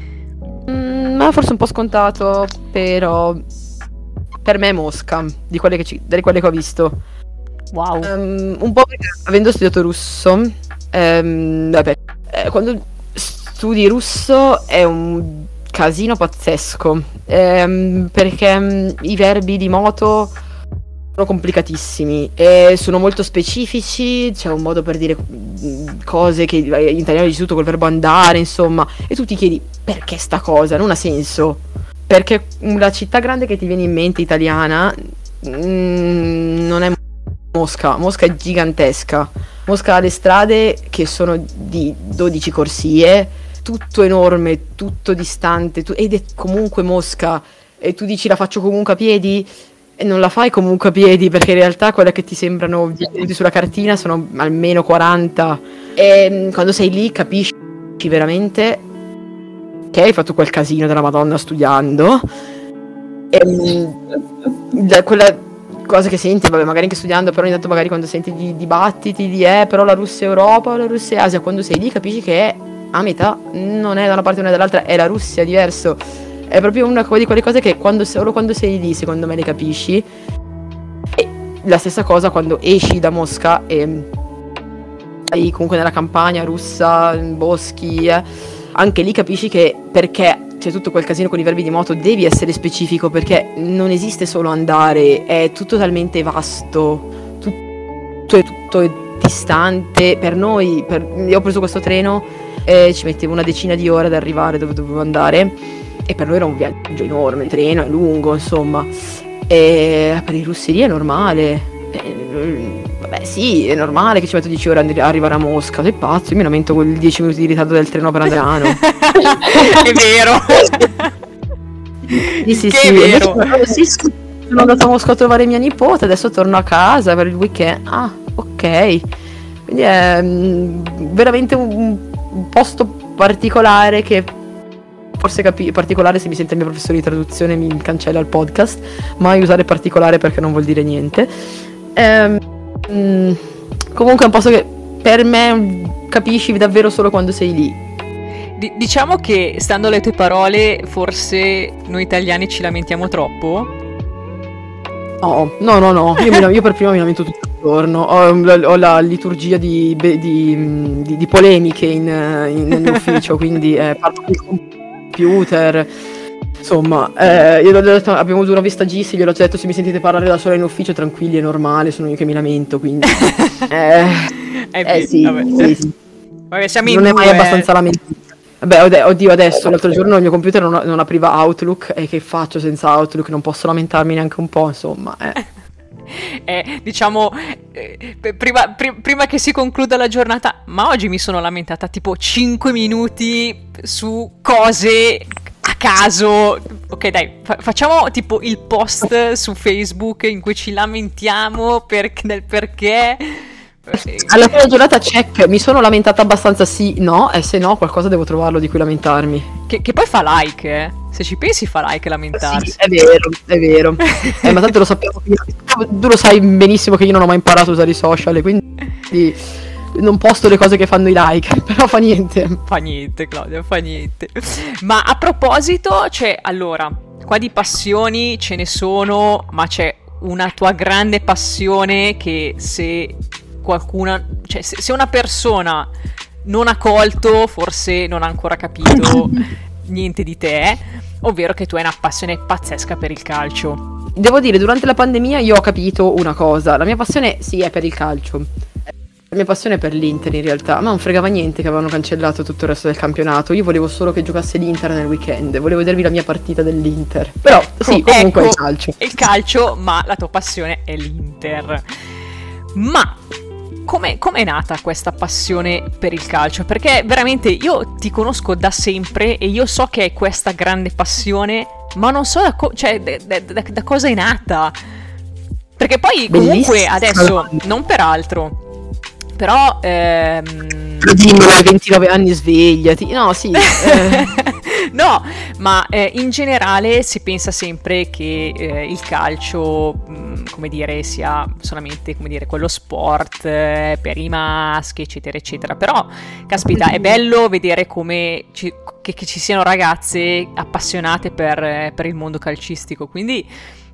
Mm, ma forse un po' scontato, però per me è Mosca, di quelle che, ci, delle quelle che ho visto.
Wow.
Um, un po' perché, avendo studiato russo, um, vabbè, eh, quando studi russo è un casino pazzesco, ehm, perché um, i verbi di moto sono complicatissimi e sono molto specifici, c'è un modo per dire mh, cose che in italiano dici tutto col verbo andare, insomma, e tu ti chiedi perché sta cosa, non ha senso, perché la città grande che ti viene in mente italiana mh, non è Mosca, Mosca è gigantesca, Mosca ha le strade che sono di dodici corsie, tutto enorme, tutto distante, tu- ed è comunque Mosca, e tu dici la faccio comunque a piedi? E non la fai comunque a piedi, perché in realtà quelle che ti sembrano dieci minuti sulla cartina sono almeno quaranta, e quando sei lì capisci veramente che hai fatto quel casino della Madonna studiando, e da quella cosa che senti, vabbè, magari anche studiando, però ogni tanto magari quando senti di dibattiti di eh, però la Russia è Europa o la Russia è Asia, quando sei lì capisci che è a metà, non è da una parte o dall'altra, è la Russia, è diverso. È proprio una di quelle cose che quando, solo quando sei lì, secondo me, le capisci. E la stessa cosa quando esci da Mosca e sei comunque nella campagna russa, in boschi, eh, anche lì capisci che perché c'è tutto quel casino con i verbi di moto devi essere specifico, perché non esiste solo andare, è tutto talmente vasto, tutto è, tutto è distante. Per noi, per, io ho preso questo treno e ci mettevo una decina di ore ad arrivare dove dovevo andare, e per noi era un viaggio enorme, il treno è lungo, insomma, e per i russi lì è normale, e, vabbè sì, è normale che ci metto dieci ore ad arrivare a Mosca, sei pazzo, io mi lamento con i dieci minuti di ritardo del treno per Adriano.
È vero.
Sì, sì,
che
sì,
è vero.
invece, sì, sì, sono andata a Mosca a trovare mia nipote, adesso torno a casa per il weekend. Ah, ok, quindi è mh, veramente un, un posto particolare che forse capi- particolare, se mi sente il mio professore di traduzione mi cancella il podcast, mai usare particolare perché non vuol dire niente. Ehm, mh, comunque è un posto che per me capisci davvero solo quando sei lì.
di- diciamo che, stando alle tue parole, forse noi italiani ci lamentiamo troppo.
No, no, no, no, io, mi- io per prima mi lamento tutto il giorno, ho, ho la liturgia di, be- di- di- di polemiche in, in- nell'ufficio, quindi eh, parlo del computer, insomma, eh, io l'ho detto, abbiamo avuto una vista G S, gliel'ho già detto, se mi sentite parlare da sola in ufficio, tranquilli, è normale, sono io che mi lamento, quindi... Eh,
Eh,
eh
beh,
sì,
vabbè.
sì, sì.
Vabbè, siamo in
Non è mai
due.
abbastanza lamentare. Vabbè, ode- oddio, adesso, l'altro giorno il mio computer non, non apriva Outlook, e che faccio senza Outlook? Non posso lamentarmi neanche un po', insomma, eh.
Eh, diciamo, eh, p- prima, pri- prima che si concluda la giornata, ma oggi mi sono lamentata tipo cinque minuti su cose a caso. Ok, dai, fa- facciamo tipo il post su Facebook in cui ci lamentiamo per- del perché. Eh,
Alla fine della giornata check, mi sono lamentata abbastanza sì, no, e se no qualcosa devo trovarlo di cui lamentarmi.
Che, che poi fa like, eh. Se ci pensi fa like lamentarsi.
Sì, è vero, è vero. Eh, ma tanto lo sappiamo, tu lo sai benissimo che io non ho mai imparato a usare i social, e quindi non posto le cose che fanno i like, però fa niente.
Fa niente, Claudia, fa niente. Ma a proposito, cioè, allora, qua di passioni ce ne sono, ma c'è una tua grande passione che se qualcuna, cioè se, se una persona non ha colto, forse non ha ancora capito niente di te, ovvero che tu hai una passione pazzesca per il calcio.
Devo dire, durante la pandemia io ho capito una cosa, la mia passione sì è per il calcio. La mia passione è per l'Inter in realtà, ma non fregava niente che avevano cancellato tutto il resto del campionato. Io volevo solo che giocasse l'Inter nel weekend, volevo vedervi la mia partita dell'Inter. Però sì, comunque
Ecco,
è il calcio.
è il calcio, ma la tua passione è l'Inter. Ma come è nata questa passione per il calcio? Perché veramente io ti conosco da sempre e io so che hai questa grande passione, ma non so da, co- cioè, da, da- da- da cosa è nata. Perché poi comunque
Bellissima
adesso,
domanda.
non per altro, però... Ehm...
Dimmelo, hai ventinove anni, svegliati. No, sì. eh.
No, ma eh, in generale si pensa sempre che eh, il calcio, mh, come dire, sia solamente, come dire, quello sport eh, per i maschi, eccetera, eccetera. Però, caspita, è bello vedere come ci, che, che ci siano ragazze appassionate per, eh, per il mondo calcistico. Quindi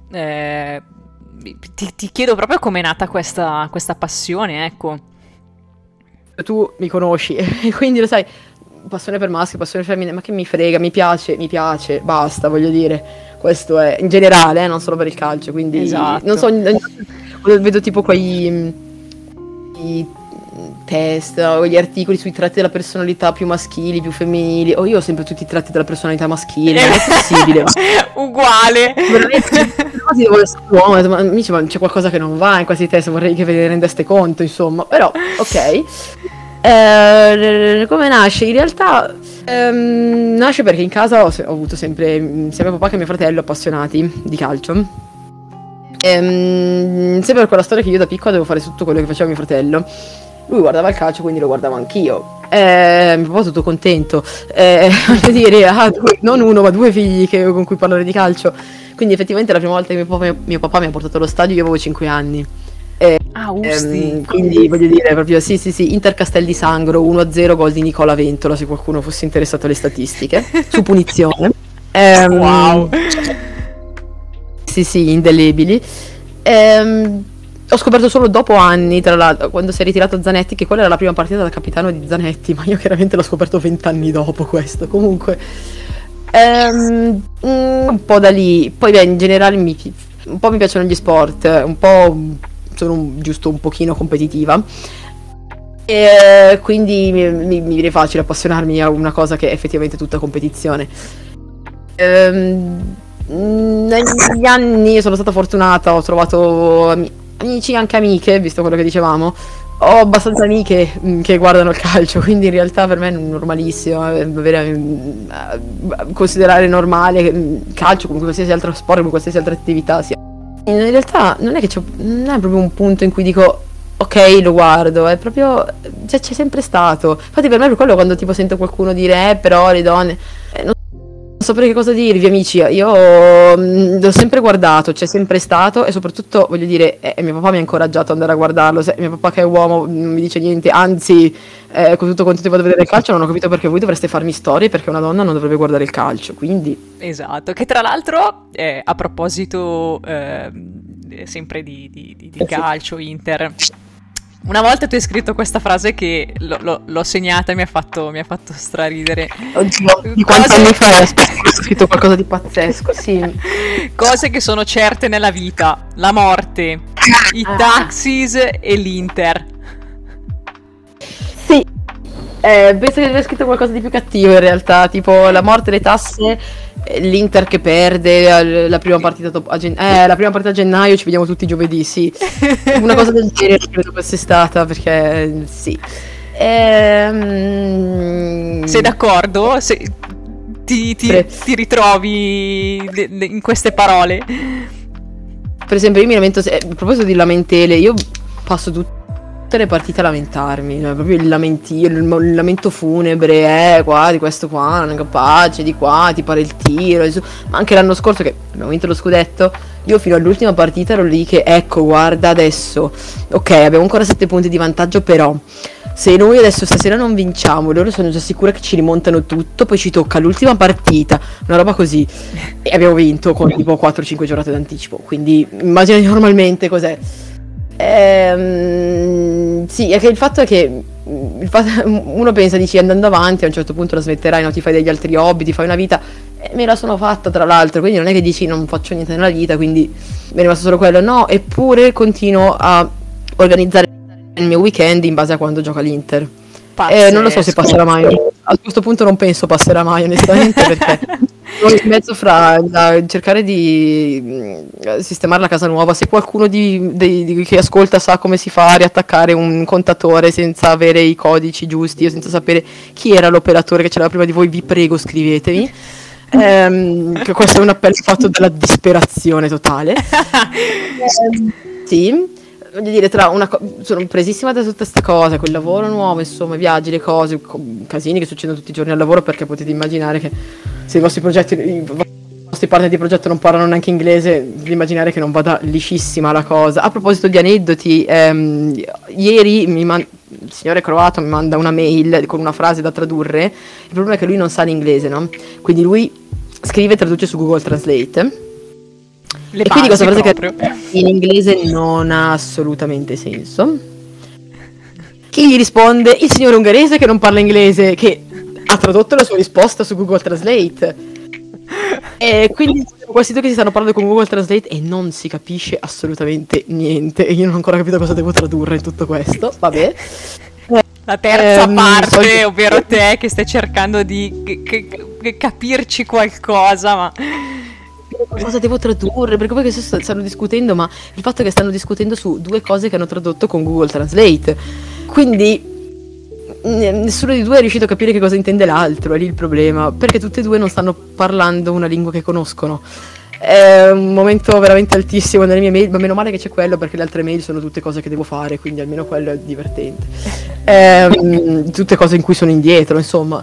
eh, ti, ti chiedo proprio com'è nata questa, questa passione, ecco.
Tu mi conosci, e quindi lo sai, passione per maschi, passione per femmine, ma che mi frega, mi piace, mi piace, basta, voglio dire, questo è in generale, eh, non solo per il calcio, quindi
Esatto.
non so, ogni- ogni- vedo tipo quei mm, i test o gli articoli sui tratti della personalità più maschili, più femminili, o io ho sempre tutti i tratti della personalità maschile, non è possibile, ma
Uguale.
veramente, quasi devo essere un uomo, ma amici, ma c'è qualcosa che non va in questi test, vorrei che ve ne rendeste conto, insomma, però, ok. Eh, come nasce? In realtà ehm, nasce perché in casa ho, se- ho avuto sempre mm, sia mio papà che mio fratello appassionati di calcio. Ehm, sempre per quella storia che io da piccola devo fare tutto quello che faceva mio fratello. Lui guardava il calcio, quindi lo guardavo anch'io. Eh, mio papà tutto contento. Eh, voglio dire, ha due- non uno, ma due figli che- con cui parlare di calcio. Quindi effettivamente la prima volta che mio papà, mio papà mi ha portato allo stadio io avevo cinque anni.
Ah, usti.
Ehm, quindi voglio dire proprio sì sì sì, Inter Castel di Sangro uno a zero, gol di Nicola Ventola, se qualcuno fosse interessato alle statistiche, su punizione. Ehm,
Wow.
Sì sì, indelebili. Ehm, ho scoperto solo dopo anni, tra l'altro, quando si è ritirato Zanetti, che quella era la prima partita da capitano di Zanetti, ma io chiaramente l'ho scoperto vent'anni dopo questo. Comunque ehm, mm, un po' da lì, poi beh, in generale mi, pi- un po' mi piacciono gli sport, un po' sono un- giusto un pochino competitiva, e quindi mi, mi- mi viene facile appassionarmi a una cosa che è effettivamente tutta competizione. Ehm, negli anni sono stata fortunata, ho trovato ami- amici, anche amiche, visto quello che dicevamo. Ho abbastanza amiche mm, che guardano il calcio, quindi in realtà per me è normalissimo eh, avere, mm, eh, considerare normale che, mm, calcio come qualsiasi altro sport, come qualsiasi altra attività sia. In realtà non è che c'è, non è proprio un punto in cui dico ok, lo guardo, è proprio, cioè, c'è sempre stato. Infatti per me per quello quando tipo sento qualcuno dire eh però le donne, eh, non sapere che cosa dirvi, amici. Io mh, l'ho sempre guardato, c'è sempre stato e soprattutto, voglio dire, eh, mio papà mi ha incoraggiato ad andare a guardarlo. Se mio papà che è uomo non mi dice niente, anzi, eh, con tutto quanto ti vado a vedere il calcio, non ho capito perché voi dovreste farmi storie, perché una donna non dovrebbe guardare il calcio, quindi...
Esatto, che tra l'altro, eh, a proposito eh, sempre di, di, di, di calcio, Inter... Una volta tu hai scritto questa frase che lo- lo- l'ho segnata e mi ha fatto, mi ha fatto straridere.
Oddio, di quanti
Cose-
anni fa hai scritto qualcosa di pazzesco, sì.
Cose che sono certe nella vita: la morte, i taxis e l'Inter.
Sì, eh, penso che abbia scritto qualcosa di più cattivo in realtà, tipo la morte, le tasse, eh, l'Inter che perde eh, la prima partita dopo- a gen- eh, la prima partita a gennaio, ci vediamo tutti giovedì, sì. Una cosa del genere credo fosse stata, perché eh, sì. Ehm...
Sei d'accordo? Se- ti, ti-
Pre-
ti ritrovi de- de- in queste parole?
Per esempio, io mi lamento, se- a proposito di lamentele, io passo tutte le partite a lamentarmi, cioè, proprio il lamentio, il, il lamento funebre, eh, qua, di questo qua, non è capace, di qua, ti pare il tiro, di su. Ma anche l'anno scorso che abbiamo vinto lo scudetto, io fino all'ultima partita ero lì che, ecco, guarda adesso, ok, abbiamo ancora sette punti di vantaggio, però... Se noi adesso stasera non vinciamo, loro sono già sicure che ci rimontano tutto, poi ci tocca l'ultima partita, una roba così. E abbiamo vinto con tipo quattro cinque giornate d'anticipo, quindi immaginati normalmente cos'è. Ehm, sì, è che il fatto è che il fatto- uno pensa, dici, andando avanti a un certo punto la smetterai, no? Ti fai degli altri hobby, ti fai una vita. E me la sono fatta tra l'altro, quindi non è che dici non faccio niente nella vita, quindi mi è rimasto solo quello. No, eppure continuo a organizzare il mio weekend in base a quando gioca l'Inter. Eh, non lo so se
Pazzesco.
passerà mai. A questo punto non penso passerà mai, onestamente, perché sono in mezzo fra la- cercare di mm, sistemare la casa nuova. Se qualcuno di, dei- di chi ascolta sa come si fa a riattaccare un contatore senza avere i codici giusti o senza sapere chi era l'operatore che c'era prima di voi, vi prego scrivetemi. Ehm, che questo è un appello fatto dalla disperazione totale. Ehm, sì. Voglio dire, tra una co- sono presissima da tutte queste cose, quel lavoro nuovo, insomma, i viaggi, le cose, co- casini che succedono tutti i giorni al lavoro, perché potete immaginare che se i vostri progetti, i vostri partner di progetto non parlano neanche inglese, di immaginare che non vada liscissima la cosa. A proposito di aneddoti, ehm, ieri mi man- il signore croato mi manda una mail con una frase da tradurre. Il problema è che lui non sa l'inglese, no? Quindi lui scrive e traduce su Google Translate.
Le
E quindi questa
basi
frase
proprio.
che in inglese non ha assolutamente senso. Chi gli risponde? Il signore ungherese che non parla inglese, che ha tradotto la sua risposta su Google Translate. E quindi questi due che si stanno parlando con Google Translate e non si capisce assolutamente niente. E io non ho ancora capito cosa devo tradurre in tutto questo. Vabbè.
La terza
Ehm,
parte,
solito-
ovvero te che stai cercando di che- che- che capirci qualcosa, ma...
Cosa devo tradurre? Perché poi che st- stanno discutendo, ma il fatto è che stanno discutendo su due cose che hanno tradotto con Google Translate. Quindi n- nessuno di due è riuscito a capire che cosa intende l'altro, è lì il problema, perché tutti e due non stanno parlando una lingua che conoscono. È un momento veramente altissimo nelle mie mail, ma meno male che c'è quello, perché le altre mail sono tutte cose che devo fare, quindi almeno quello è divertente. Ehm, tutte cose in cui sono indietro, insomma.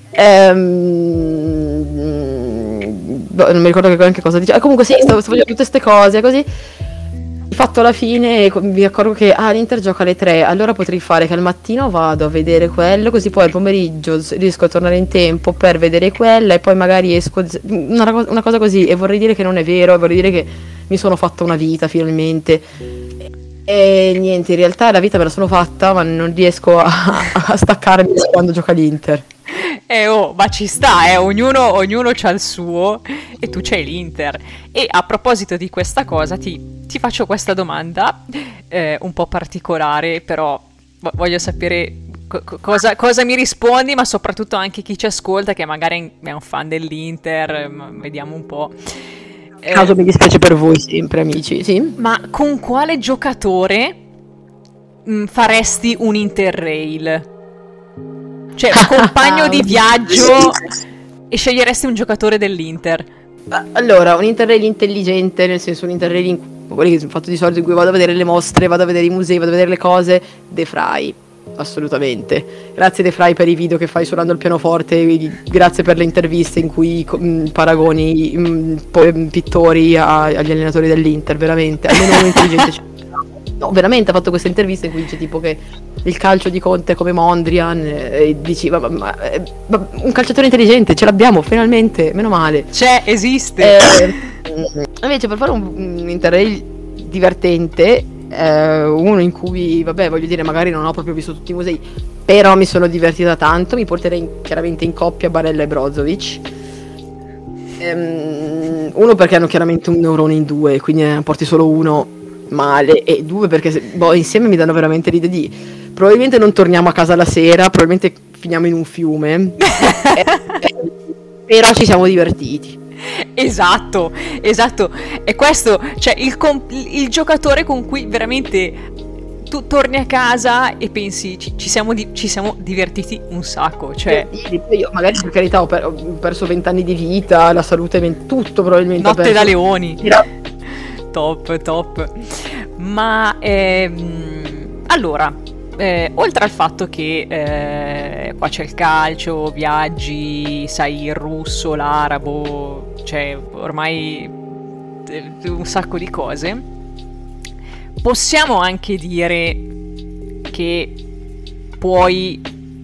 Ehm, boh, non mi ricordo che- anche cosa dice. Ah, comunque sì, stavo, stavo facendo tutte queste cose così. Di fatto alla fine co- mi accorgo che ah, l'Inter gioca alle tre, allora potrei fare che al mattino vado a vedere quello, così poi al pomeriggio s- riesco a tornare in tempo per vedere quella e poi magari esco z- una, rago- una cosa così, e vorrei dire che non è vero, vorrei dire che mi sono fatta una vita finalmente. E niente, in realtà la vita me la sono fatta, ma non riesco a, a staccarmi da quando gioca l'Inter.
Eh oh, ma ci sta, eh, ognuno, ognuno c'ha il suo e tu c'hai l'Inter. E a proposito di questa cosa ti, ti faccio questa domanda, eh, un po' particolare, però vo- voglio sapere co- co- cosa, cosa mi rispondi, ma soprattutto anche chi ci ascolta che magari è un fan dell'Inter, eh, ma vediamo un po'. Eh,
Caso mi dispiace per voi sempre, amici, sì.
ma con quale giocatore mh, faresti un Interrail? Cioè, un compagno di viaggio e sceglieresti un giocatore dell'Inter?
Allora, un interrail intelligente, nel senso un interrail in- quelli che sono fatto di solito in cui vado a vedere le mostre, vado a vedere i musei, vado a vedere le cose, De Frey. assolutamente. Grazie De Frey per i video che fai suonando il pianoforte, grazie per le interviste in cui mh, paragoni mh, po- pittori a- agli allenatori dell'Inter, veramente, almeno uno intelligente c'è. No, veramente ha fatto questa intervista in cui dice tipo che il calcio di Conte è come Mondrian e dici ma, ma, ma, ma un calciatore intelligente ce l'abbiamo finalmente, meno male.
C'è, esiste.
Eh, invece per fare un, un interrail divertente, eh, uno in cui vabbè voglio dire magari non ho proprio visto tutti i musei, però mi sono divertita tanto, mi porterei in, chiaramente in coppia Barella e Brozovic. Ehm, uno perché hanno chiaramente un neurone in due, quindi ne porti solo uno male, e due perché se, boh, insieme mi danno veramente l'idea di probabilmente non torniamo a casa la sera, probabilmente finiamo in un fiume eh, eh, però ci siamo divertiti.
Esatto, esatto, e questo, cioè il, comp- il giocatore con cui veramente tu torni a casa e pensi ci, ci, siamo, di- ci siamo divertiti un sacco, cioè
io magari per carità ho, per- ho perso vent'anni di vita, la salute, men- tutto probabilmente
notte da leoni.
Era...
top, top. Ma ehm, allora, eh, oltre al fatto che eh, qua c'è il calcio, viaggi, sai, il russo, l'arabo, cioè ormai eh, un sacco di cose, possiamo anche dire che puoi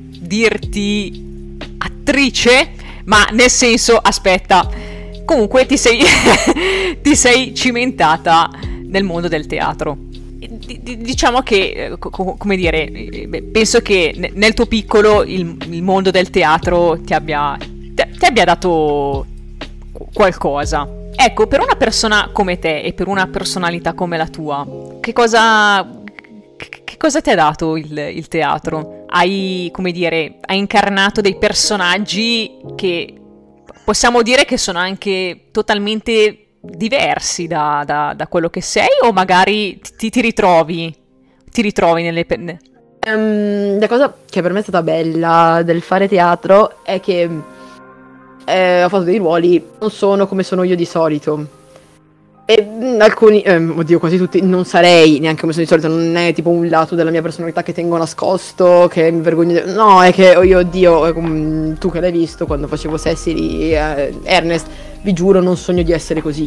dirti attrice, ma nel senso, aspetta, comunque ti sei ti sei cimentata nel mondo del teatro. D- d- diciamo che, co- come dire, beh, penso che ne- nel tuo piccolo il, il mondo del teatro ti abbia, ti, ti abbia dato qu- qualcosa. Ecco, per una persona come te e per una personalità come la tua, che cosa, che, che cosa ti ha dato il, il teatro? Hai, come dire, hai incarnato dei personaggi che possiamo dire che sono anche totalmente diversi da, da, da quello che sei, o magari ti, ti ritrovi ti ritrovi nelle penne?
Um, la cosa che per me è stata bella del fare teatro è che eh, ho fatto dei ruoli non sono come sono io di solito, e mh, alcuni eh, oddio quasi tutti non sarei neanche come sono di solito, non è tipo un lato della mia personalità che tengo nascosto, che mi vergogno di... no, è che io oddio eh, tu che l'hai visto quando facevo Cecily, eh, Ernest, vi giuro non sogno di essere così.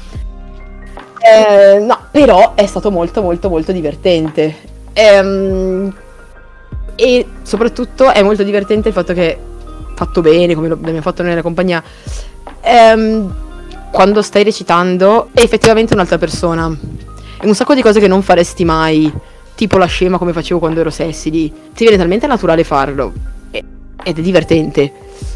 Eh, no, però è stato molto molto molto divertente. Ehm, e soprattutto è molto divertente il fatto che, fatto bene, come lo abbiamo fatto nella compagnia, ehm, quando stai recitando è effettivamente un'altra persona. E un sacco di cose che non faresti mai, tipo la scema come facevo quando ero Cecily, ti viene talmente naturale farlo. E, ed è divertente.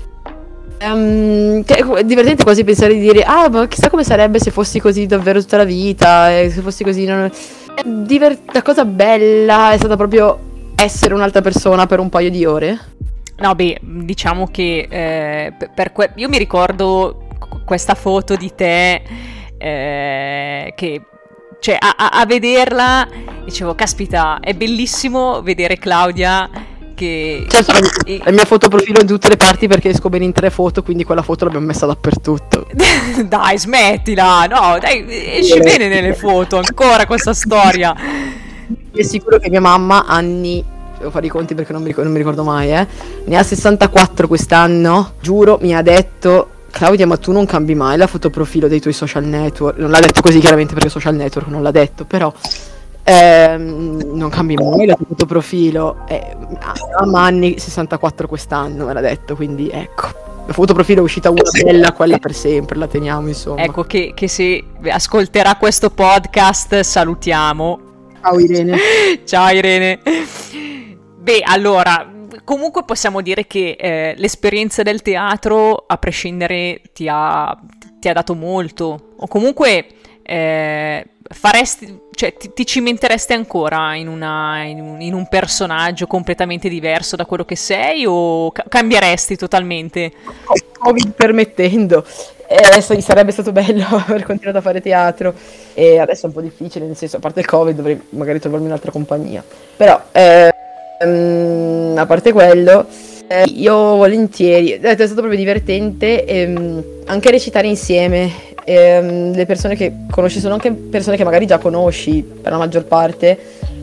Um, è divertente quasi pensare di dire ah ma chissà come sarebbe se fossi così davvero tutta la vita, e se fossi così non... Diver- la cosa bella è stata proprio essere un'altra persona per un paio di ore.
No beh, diciamo che eh, per que- io mi ricordo questa foto di te eh, che cioè a-, a-, a vederla dicevo caspita è bellissimo vedere Claudia che...
Certo, e... la mia foto profilo in tutte le parti perché esco bene in tre foto, quindi quella foto l'abbiamo messa dappertutto.
Dai, smettila, no, dai, esci bene nelle foto, ancora questa storia.
È sicuro che mia mamma, anni, devo fare i conti perché non mi ricordo, non mi ricordo mai, eh, ne ha sessantaquattro quest'anno, giuro, mi ha detto... Claudia, ma tu non cambi mai la foto profilo dei tuoi social network? Non l'ha detto così chiaramente perché social network non l'ha detto, però... Ehm, non cambi mai la foto profilo. eh, Mamma anni, sessantaquattro quest'anno me l'ha detto, quindi ecco, la foto profilo è uscita una bella, quella per sempre, la teniamo insomma.
Ecco che, che se ascolterà questo podcast salutiamo.
Ciao Irene.
Ciao Irene. Beh, allora, comunque possiamo dire che eh, l'esperienza del teatro, a prescindere, ti ha, ti ha dato molto, o comunque eh, faresti, cioè ti, ti cimenteresti ancora in, una, in, un, in un personaggio completamente diverso da quello che sei, o ca- cambieresti totalmente?
Covid permettendo. E adesso sarebbe stato bello aver continuato a fare teatro, e adesso è un po' difficile, nel senso, a parte il Covid dovrei magari trovarmi un'altra compagnia, però ehm, a parte quello eh, io volentieri, è stato proprio divertente ehm, anche recitare insieme. ehm, le persone che conosci sono anche persone che magari già conosci per la maggior parte,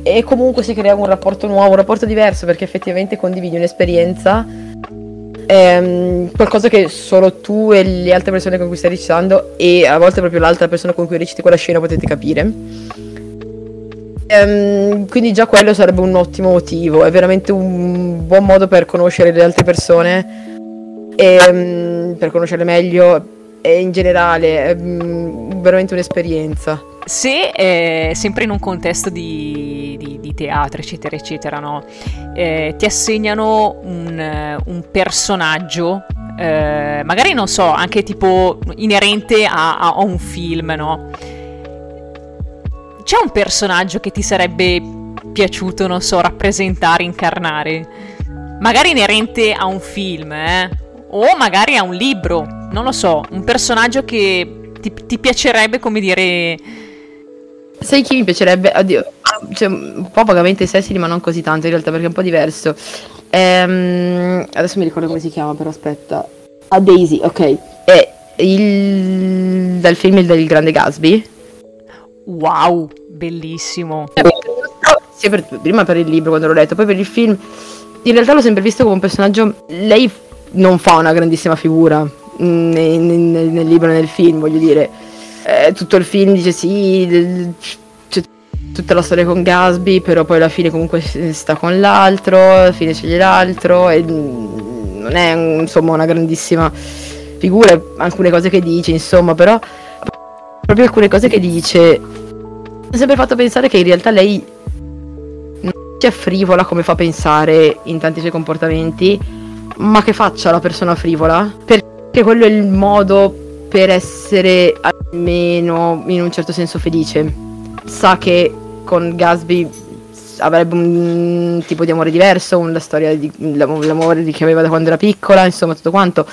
e comunque si crea un rapporto nuovo, un rapporto diverso, perché effettivamente condividi un'esperienza, ehm, qualcosa che solo tu e le altre persone con cui stai recitando, e a volte proprio l'altra persona con cui reciti quella scena, potete capire. Ehm, quindi già quello sarebbe un ottimo motivo, è veramente un buon modo per conoscere le altre persone, e, per conoscerle meglio, e in generale è veramente un'esperienza.
Se eh, sempre in un contesto di, di, di teatro, eccetera, eccetera, no? Eh, ti assegnano un, un personaggio, eh, magari non so, anche tipo inerente a, a un film, no? C'è un personaggio che ti sarebbe piaciuto, non so, rappresentare, incarnare? Magari inerente a un film, eh? O magari a un libro, non lo so, un personaggio che ti, ti piacerebbe, come dire...
Sai chi mi piacerebbe? Oddio, cioè, un po' vagamente Cecily, ma non così tanto in realtà, perché è un po' diverso. Ehm, adesso mi ricordo come si chiama, però aspetta. Ah, Daisy, ok. È il... dal film Il del Grande Gatsby.
Wow, bellissimo.
Sì, per, prima per il libro quando l'ho letto, poi per il film. In realtà l'ho sempre visto come un personaggio... Lei non fa una grandissima figura nel, nel, nel libro e nel film, voglio dire. Eh, tutto il film dice sì, c'è tutta la storia con Gatsby, però poi alla fine comunque sta con l'altro, alla fine sceglie l'altro, e non è insomma una grandissima figura, alcune cose che dice, insomma, però proprio alcune cose che dice mi ha sempre fatto pensare che in realtà lei non sia frivola come fa pensare in tanti suoi comportamenti, ma che faccia la persona frivola, perché quello è il modo per essere almeno in un certo senso felice. Sa che con Gatsby avrebbe un tipo di amore diverso, una storia di l'amore che aveva da quando era piccola, insomma tutto quanto.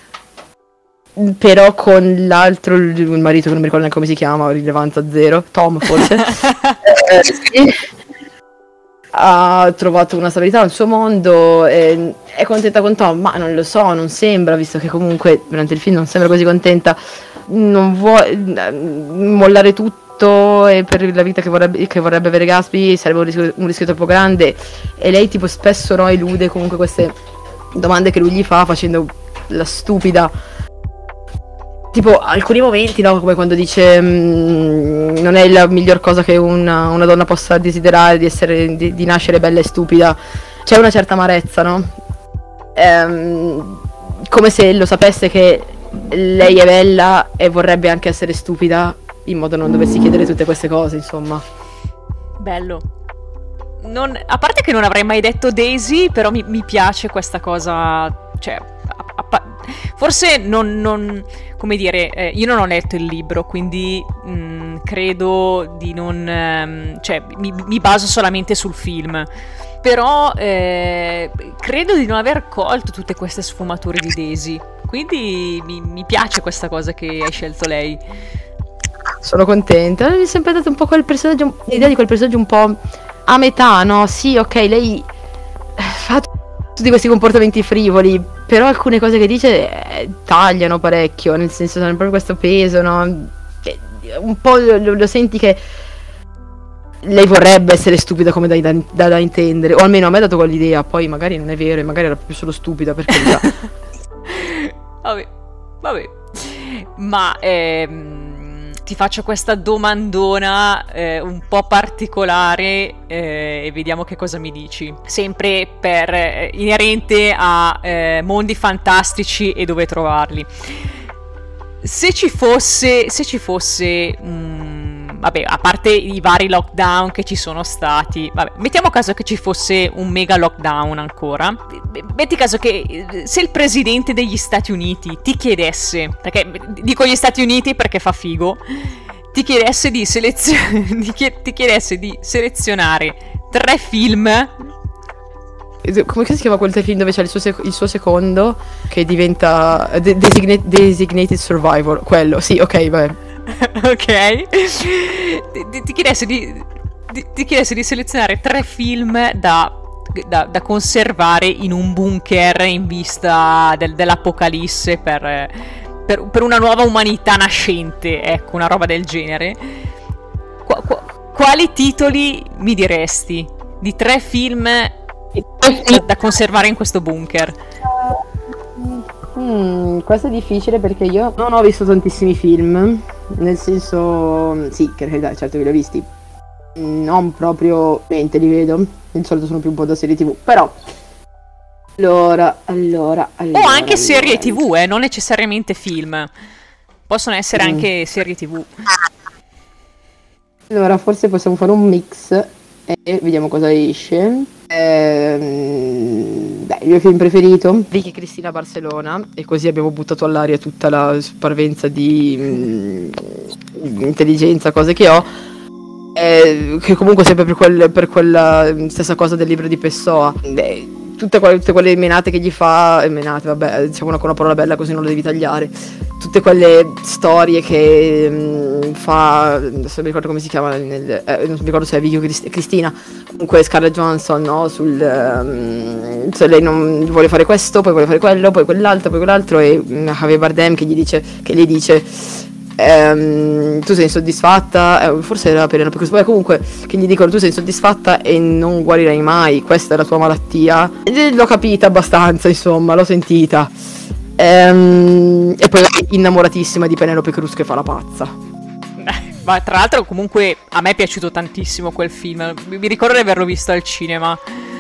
Però con l'altro, il marito che non mi ricordo neanche come si chiama, rilevanza zero, Tom forse, eh, sì. Ha trovato una stabilità nel suo mondo, e è contenta con Tom, ma non lo so, non sembra, visto che comunque durante il film non sembra così contenta, non vuole mollare tutto, e per la vita che vorrebbe, che vorrebbe avere Gatsby sarebbe un rischio, un rischio troppo grande, e lei tipo spesso no, elude comunque queste domande che lui gli fa facendo la stupida. Tipo alcuni momenti, no, come quando dice mh, non è la miglior cosa che una, una donna possa desiderare, di essere di, di nascere bella e stupida. C'è una certa amarezza, no? Ehm, come se lo sapesse che lei è bella e vorrebbe anche essere stupida, in modo da non doversi chiedere tutte queste cose, insomma.
Bello. Non, a parte che non avrei mai detto Daisy, però mi, mi piace questa cosa, cioè... A, a, forse non, non, come dire, eh, io non ho letto il libro, quindi mh, credo di non, ehm, cioè mi, mi baso solamente sul film, però eh, credo di non aver colto tutte queste sfumature di Daisy, quindi mi, mi piace questa cosa che hai scelto lei.
Sono contenta, mi è sempre dato un po' quel personaggio, l'idea di quel personaggio un po' a metà, no? Sì, ok, lei fa tutti questi comportamenti frivoli, però alcune cose che dice eh, tagliano parecchio, nel senso hanno proprio questo peso, no? Eh, un po' lo, lo senti che lei vorrebbe essere stupida, come da, da, da intendere, o almeno a me ha dato quell'idea, poi magari non è vero e magari era proprio solo stupida, per carità.
Vabbè, vabbè. Ma ehm, ti faccio questa domandona eh, un po' particolare eh, e vediamo che cosa mi dici. Sempre per eh, inerente a eh, mondi fantastici e dove trovarli. Se ci fosse, se ci fosse, mh, vabbè, a parte i vari lockdown che ci sono stati, vabbè, mettiamo caso che ci fosse un mega lockdown ancora. Metti caso che se il presidente degli Stati Uniti ti chiedesse, perché dico gli Stati Uniti perché fa figo, ti chiedesse di selezionare, ti chiedesse di selezionare tre film.
Come si chiama quel film dove c'è il suo, sec- il suo secondo che diventa de- designa- Designated Survivor? Quello, sì, ok, vabbè.
Ok. Ti, ti, chiedesse di, di, ti chiedesse di selezionare tre film da, da, da conservare in un bunker in vista del, dell'apocalisse per, per, per una nuova umanità nascente, ecco, una roba del genere. Qu- qu- quali titoli mi diresti di tre film da, da conservare in questo bunker?
Mm, questo è difficile perché io non ho visto tantissimi film, nel senso, sì, che realtà, certo che li ho visti, non proprio niente li vedo, di solito sono più un po' da serie tv, però allora, allora, allora
o anche
allora.
serie tv, eh, non necessariamente film, possono essere
Mm.
anche serie tv.
Allora, forse possiamo fare un mix e vediamo cosa esce. Ehm, beh, il mio film preferito, Vicky Cristina Barcellona, e così abbiamo buttato all'aria tutta la parvenza di mm, intelligenza, cose che ho. Eh, che comunque sempre per, quel, per quella stessa cosa del libro di Pessoa. Eh, tutte, quelle, tutte quelle menate che gli fa, eh, menate, vabbè, diciamo una, una parola bella così non lo devi tagliare. Tutte quelle storie che mh, fa, adesso non mi ricordo come si chiama, nel, eh, non mi ricordo se è Vicky o Crist- Cristina, comunque Scarlett Johansson, no? Sul, um, se lei non vuole fare questo, poi vuole fare quello, poi quell'altro, poi quell'altro, e mh, Javier Bardem che gli dice, che gli dice ehm, tu sei insoddisfatta, eh, forse era per per questo, comunque che gli dicono tu sei insoddisfatta e non guarirai mai, questa è la tua malattia. E l'ho capita abbastanza, insomma, l'ho sentita. Ehm, e poi innamoratissima di Penelope Cruz che fa la pazza.
Ma tra l'altro comunque a me è piaciuto tantissimo quel film, mi mi ricordo di averlo visto al cinema.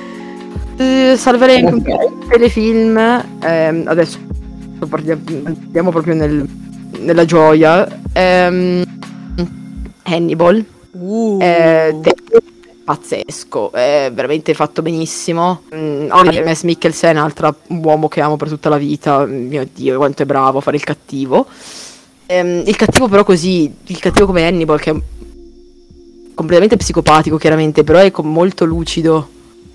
Eh, salverei anche un telefilm, ehm, adesso parliamo- andiamo proprio nel- nella gioia. Ehm, Hannibal,
Uh.
eh, te- pazzesco, è veramente fatto benissimo. Mm, oh, Mads Mikkelsen, altro uomo che amo per tutta la vita, mio Dio quanto è bravo a fare il cattivo. Ehm, il cattivo però così, il cattivo come Hannibal, che è completamente psicopatico chiaramente, però è com- molto lucido.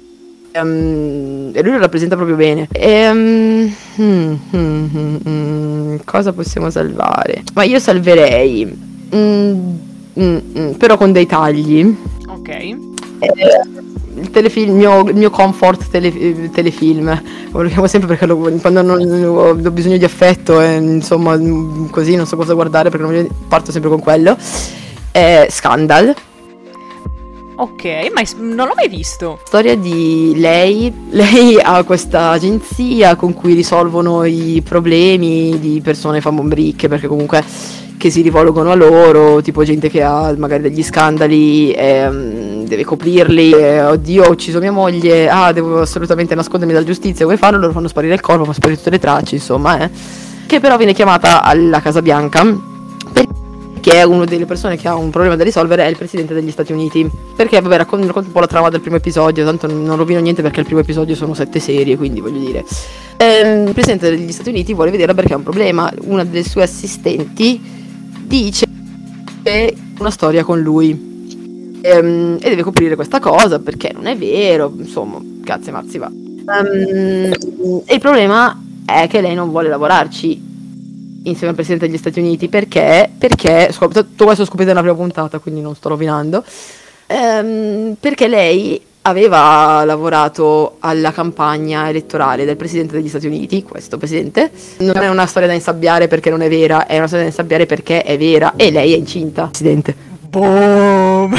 Ehm, e lui lo rappresenta proprio bene. Ehm, mm, mm, mm, mm, cosa possiamo salvare? Ma io salverei, mm, mm, mm, però con dei tagli.
Ok.
Eh, il telefilm, il mio, il mio comfort tele- telefilm, lo chiamo sempre perché lo- quando non, ho ho bisogno di affetto e insomma mm, così non so cosa guardare perché non, parto sempre con quello. È Scandal,
Ok, ma è- non l'ho mai visto.
storia di lei. Lei ha questa agenzia con cui risolvono i problemi di persone famose ricche, perché comunque che si rivolgono a loro, tipo gente che ha magari degli scandali, ehm, deve coprirli, eh, oddio ho ucciso mia moglie, ah devo assolutamente nascondermi dalla giustizia, come fanno? Loro fanno sparire il corpo, fanno sparire tutte le tracce, insomma, eh. Che però viene chiamata alla Casa Bianca perché è una delle persone che ha un problema da risolvere, è il presidente degli Stati Uniti. Perché vabbè, racconto, racconto un po' la trama del primo episodio, tanto non rovino niente perché il primo episodio sono sette serie, quindi voglio dire. Ehm, il presidente degli Stati Uniti vuole vederla perché ha un problema. Una delle sue assistenti dice che una storia con lui, Ehm, e deve coprire questa cosa perché non è vero, insomma, cazzi e mazzi va. Ehm, e il problema è che lei non vuole lavorarci insieme al presidente degli Stati Uniti perché, perché scop- tutto questo lo scoprite nella prima puntata, quindi non sto rovinando. Ehm, perché lei aveva lavorato alla campagna elettorale del presidente degli Stati Uniti, questo presidente. Non è una storia da insabbiare perché non è vera, è una storia da insabbiare perché è vera e lei è incinta, presidente.
Boom!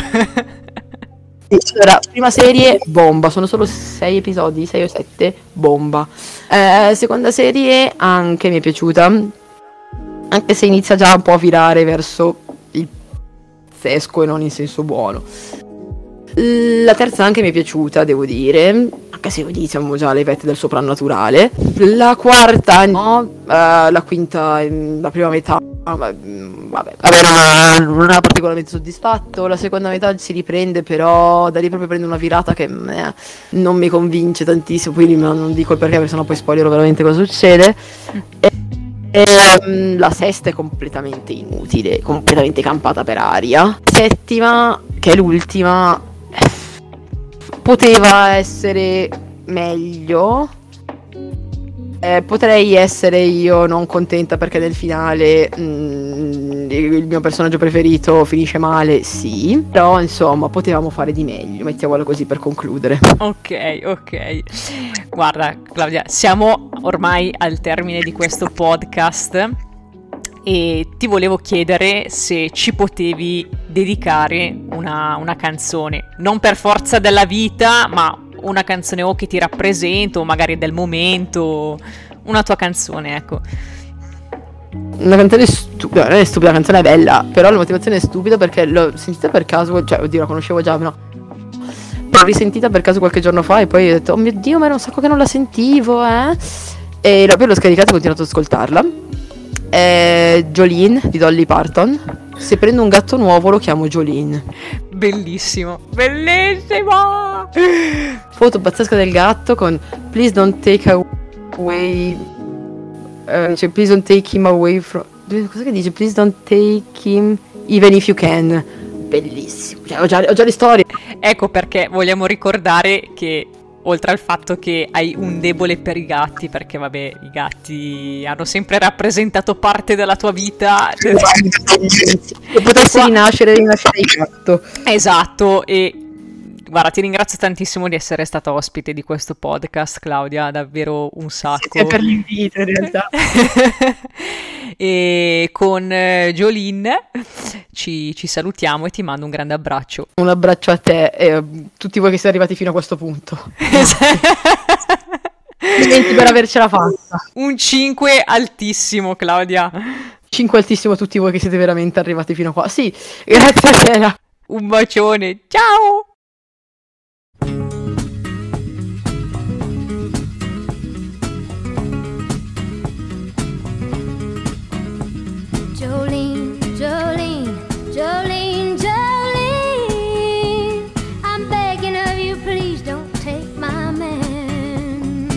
Allora, prima serie, bomba, sono solo sei episodi, sei o sette, bomba. Eh, seconda serie, anche mi è piaciuta, anche se inizia già un po' a virare verso il pazzesco e non in senso buono. La terza anche mi è piaciuta, devo dire, anche se diciamo già le vette del soprannaturale. La quarta no, eh, la quinta, mm, la prima metà, vabbè, mm, vabbè, vabbè, non, non era particolarmente soddisfatto. La seconda metà si riprende, però da lì proprio prende una virata che eh, non mi convince tantissimo, quindi non dico il perché perché sennò poi spoilerò veramente cosa succede. E, e, mm, la sesta è completamente inutile, completamente campata per aria. Settima, che è l'ultima, poteva essere meglio. Eh, potrei essere io non contenta perché nel finale mm, il mio personaggio preferito finisce male, sì. Però insomma potevamo fare di meglio, mettiamola così per concludere.
Ok, ok. Guarda, Claudia, siamo ormai al termine di questo podcast e ti volevo chiedere se ci potevi dedicare una, una canzone, non per forza della vita, ma una canzone o che ti rappresenta, o magari del momento, una tua canzone, ecco.
Una canzone stupida, non è stupida, la canzone è bella, però la motivazione è stupida perché l'ho sentita per caso, cioè oddio la conoscevo già, no. L'ho risentita per caso qualche giorno fa e poi ho detto, oh mio Dio, ma era un sacco che non la sentivo, eh. E poi l'ho scaricata e ho continuato ad ascoltarla. È Jolene di Dolly Parton. Se prendo un gatto nuovo lo chiamo Jolene.
Bellissimo, bellissimo.
Foto pazzesca del gatto con Please don't take away, uh, cioè Please don't take him away from, cosa che dice? Please don't take him even if you can. Bellissimo, cioè, ho, già, ho già le storie.
Ecco perché vogliamo ricordare che oltre al fatto che hai un debole per i gatti, perché vabbè, i gatti hanno sempre rappresentato parte della tua vita.
Se potessi rinascere, rinascere il gatto.
Esatto, e guarda, ti ringrazio tantissimo di essere stata ospite di questo podcast, Claudia, davvero un sacco.
Grazie per l'invito, in realtà.
E con eh, Jolene ci, ci salutiamo e ti mando un grande abbraccio.
Un abbraccio a te e a tutti voi che siete arrivati fino a questo punto. Complimenti per avercela fatta.
Un cinque altissimo, Claudia.
cinque altissimo a tutti voi che siete veramente arrivati fino a qua. Sì, grazie a te.
Un bacione, ciao!
Jolene, Jolene, Jolene, Jolene, I'm begging of you, please don't take my man.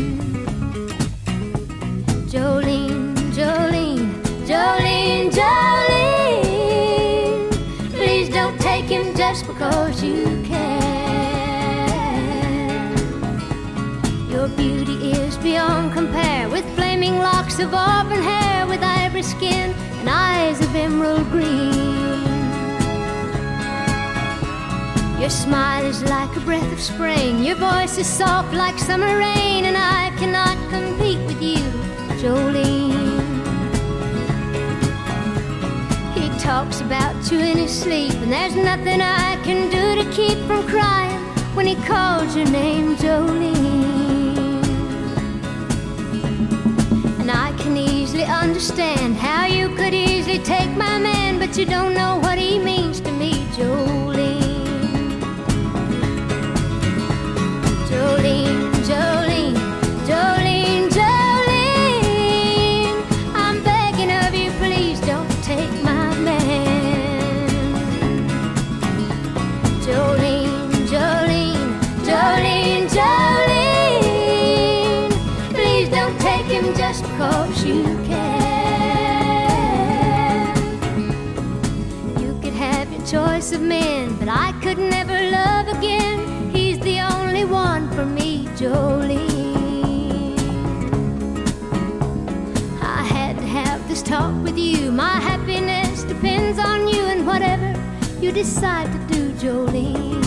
Jolene, Jolene, Jolene, Jolene, please don't take him just because you can. Your beauty is beyond compare, with flaming locks of auburn hair, with ivory skin and eyes of emerald green. Your smile is like a breath of spring, your voice is soft like summer rain, and I cannot compete with you, Jolene. He talks about you in his sleep, and there's nothing I can do to keep from crying when he calls your name, Jolene. And I can easily understand how you could easily take my man, but you don't know what he means to me, Jolene. Jolene, Jolene, Jolene, Jolene, I'm begging of you, please don't take my man. Jolene, Jolene, Jolene, Jolene, please don't take him just because you can. You could have your choice of men, but I could never love again. He's the only one for me, Jolene. I had to have this talk with you. My happiness depends on you, and whatever you decide to do, Jolene.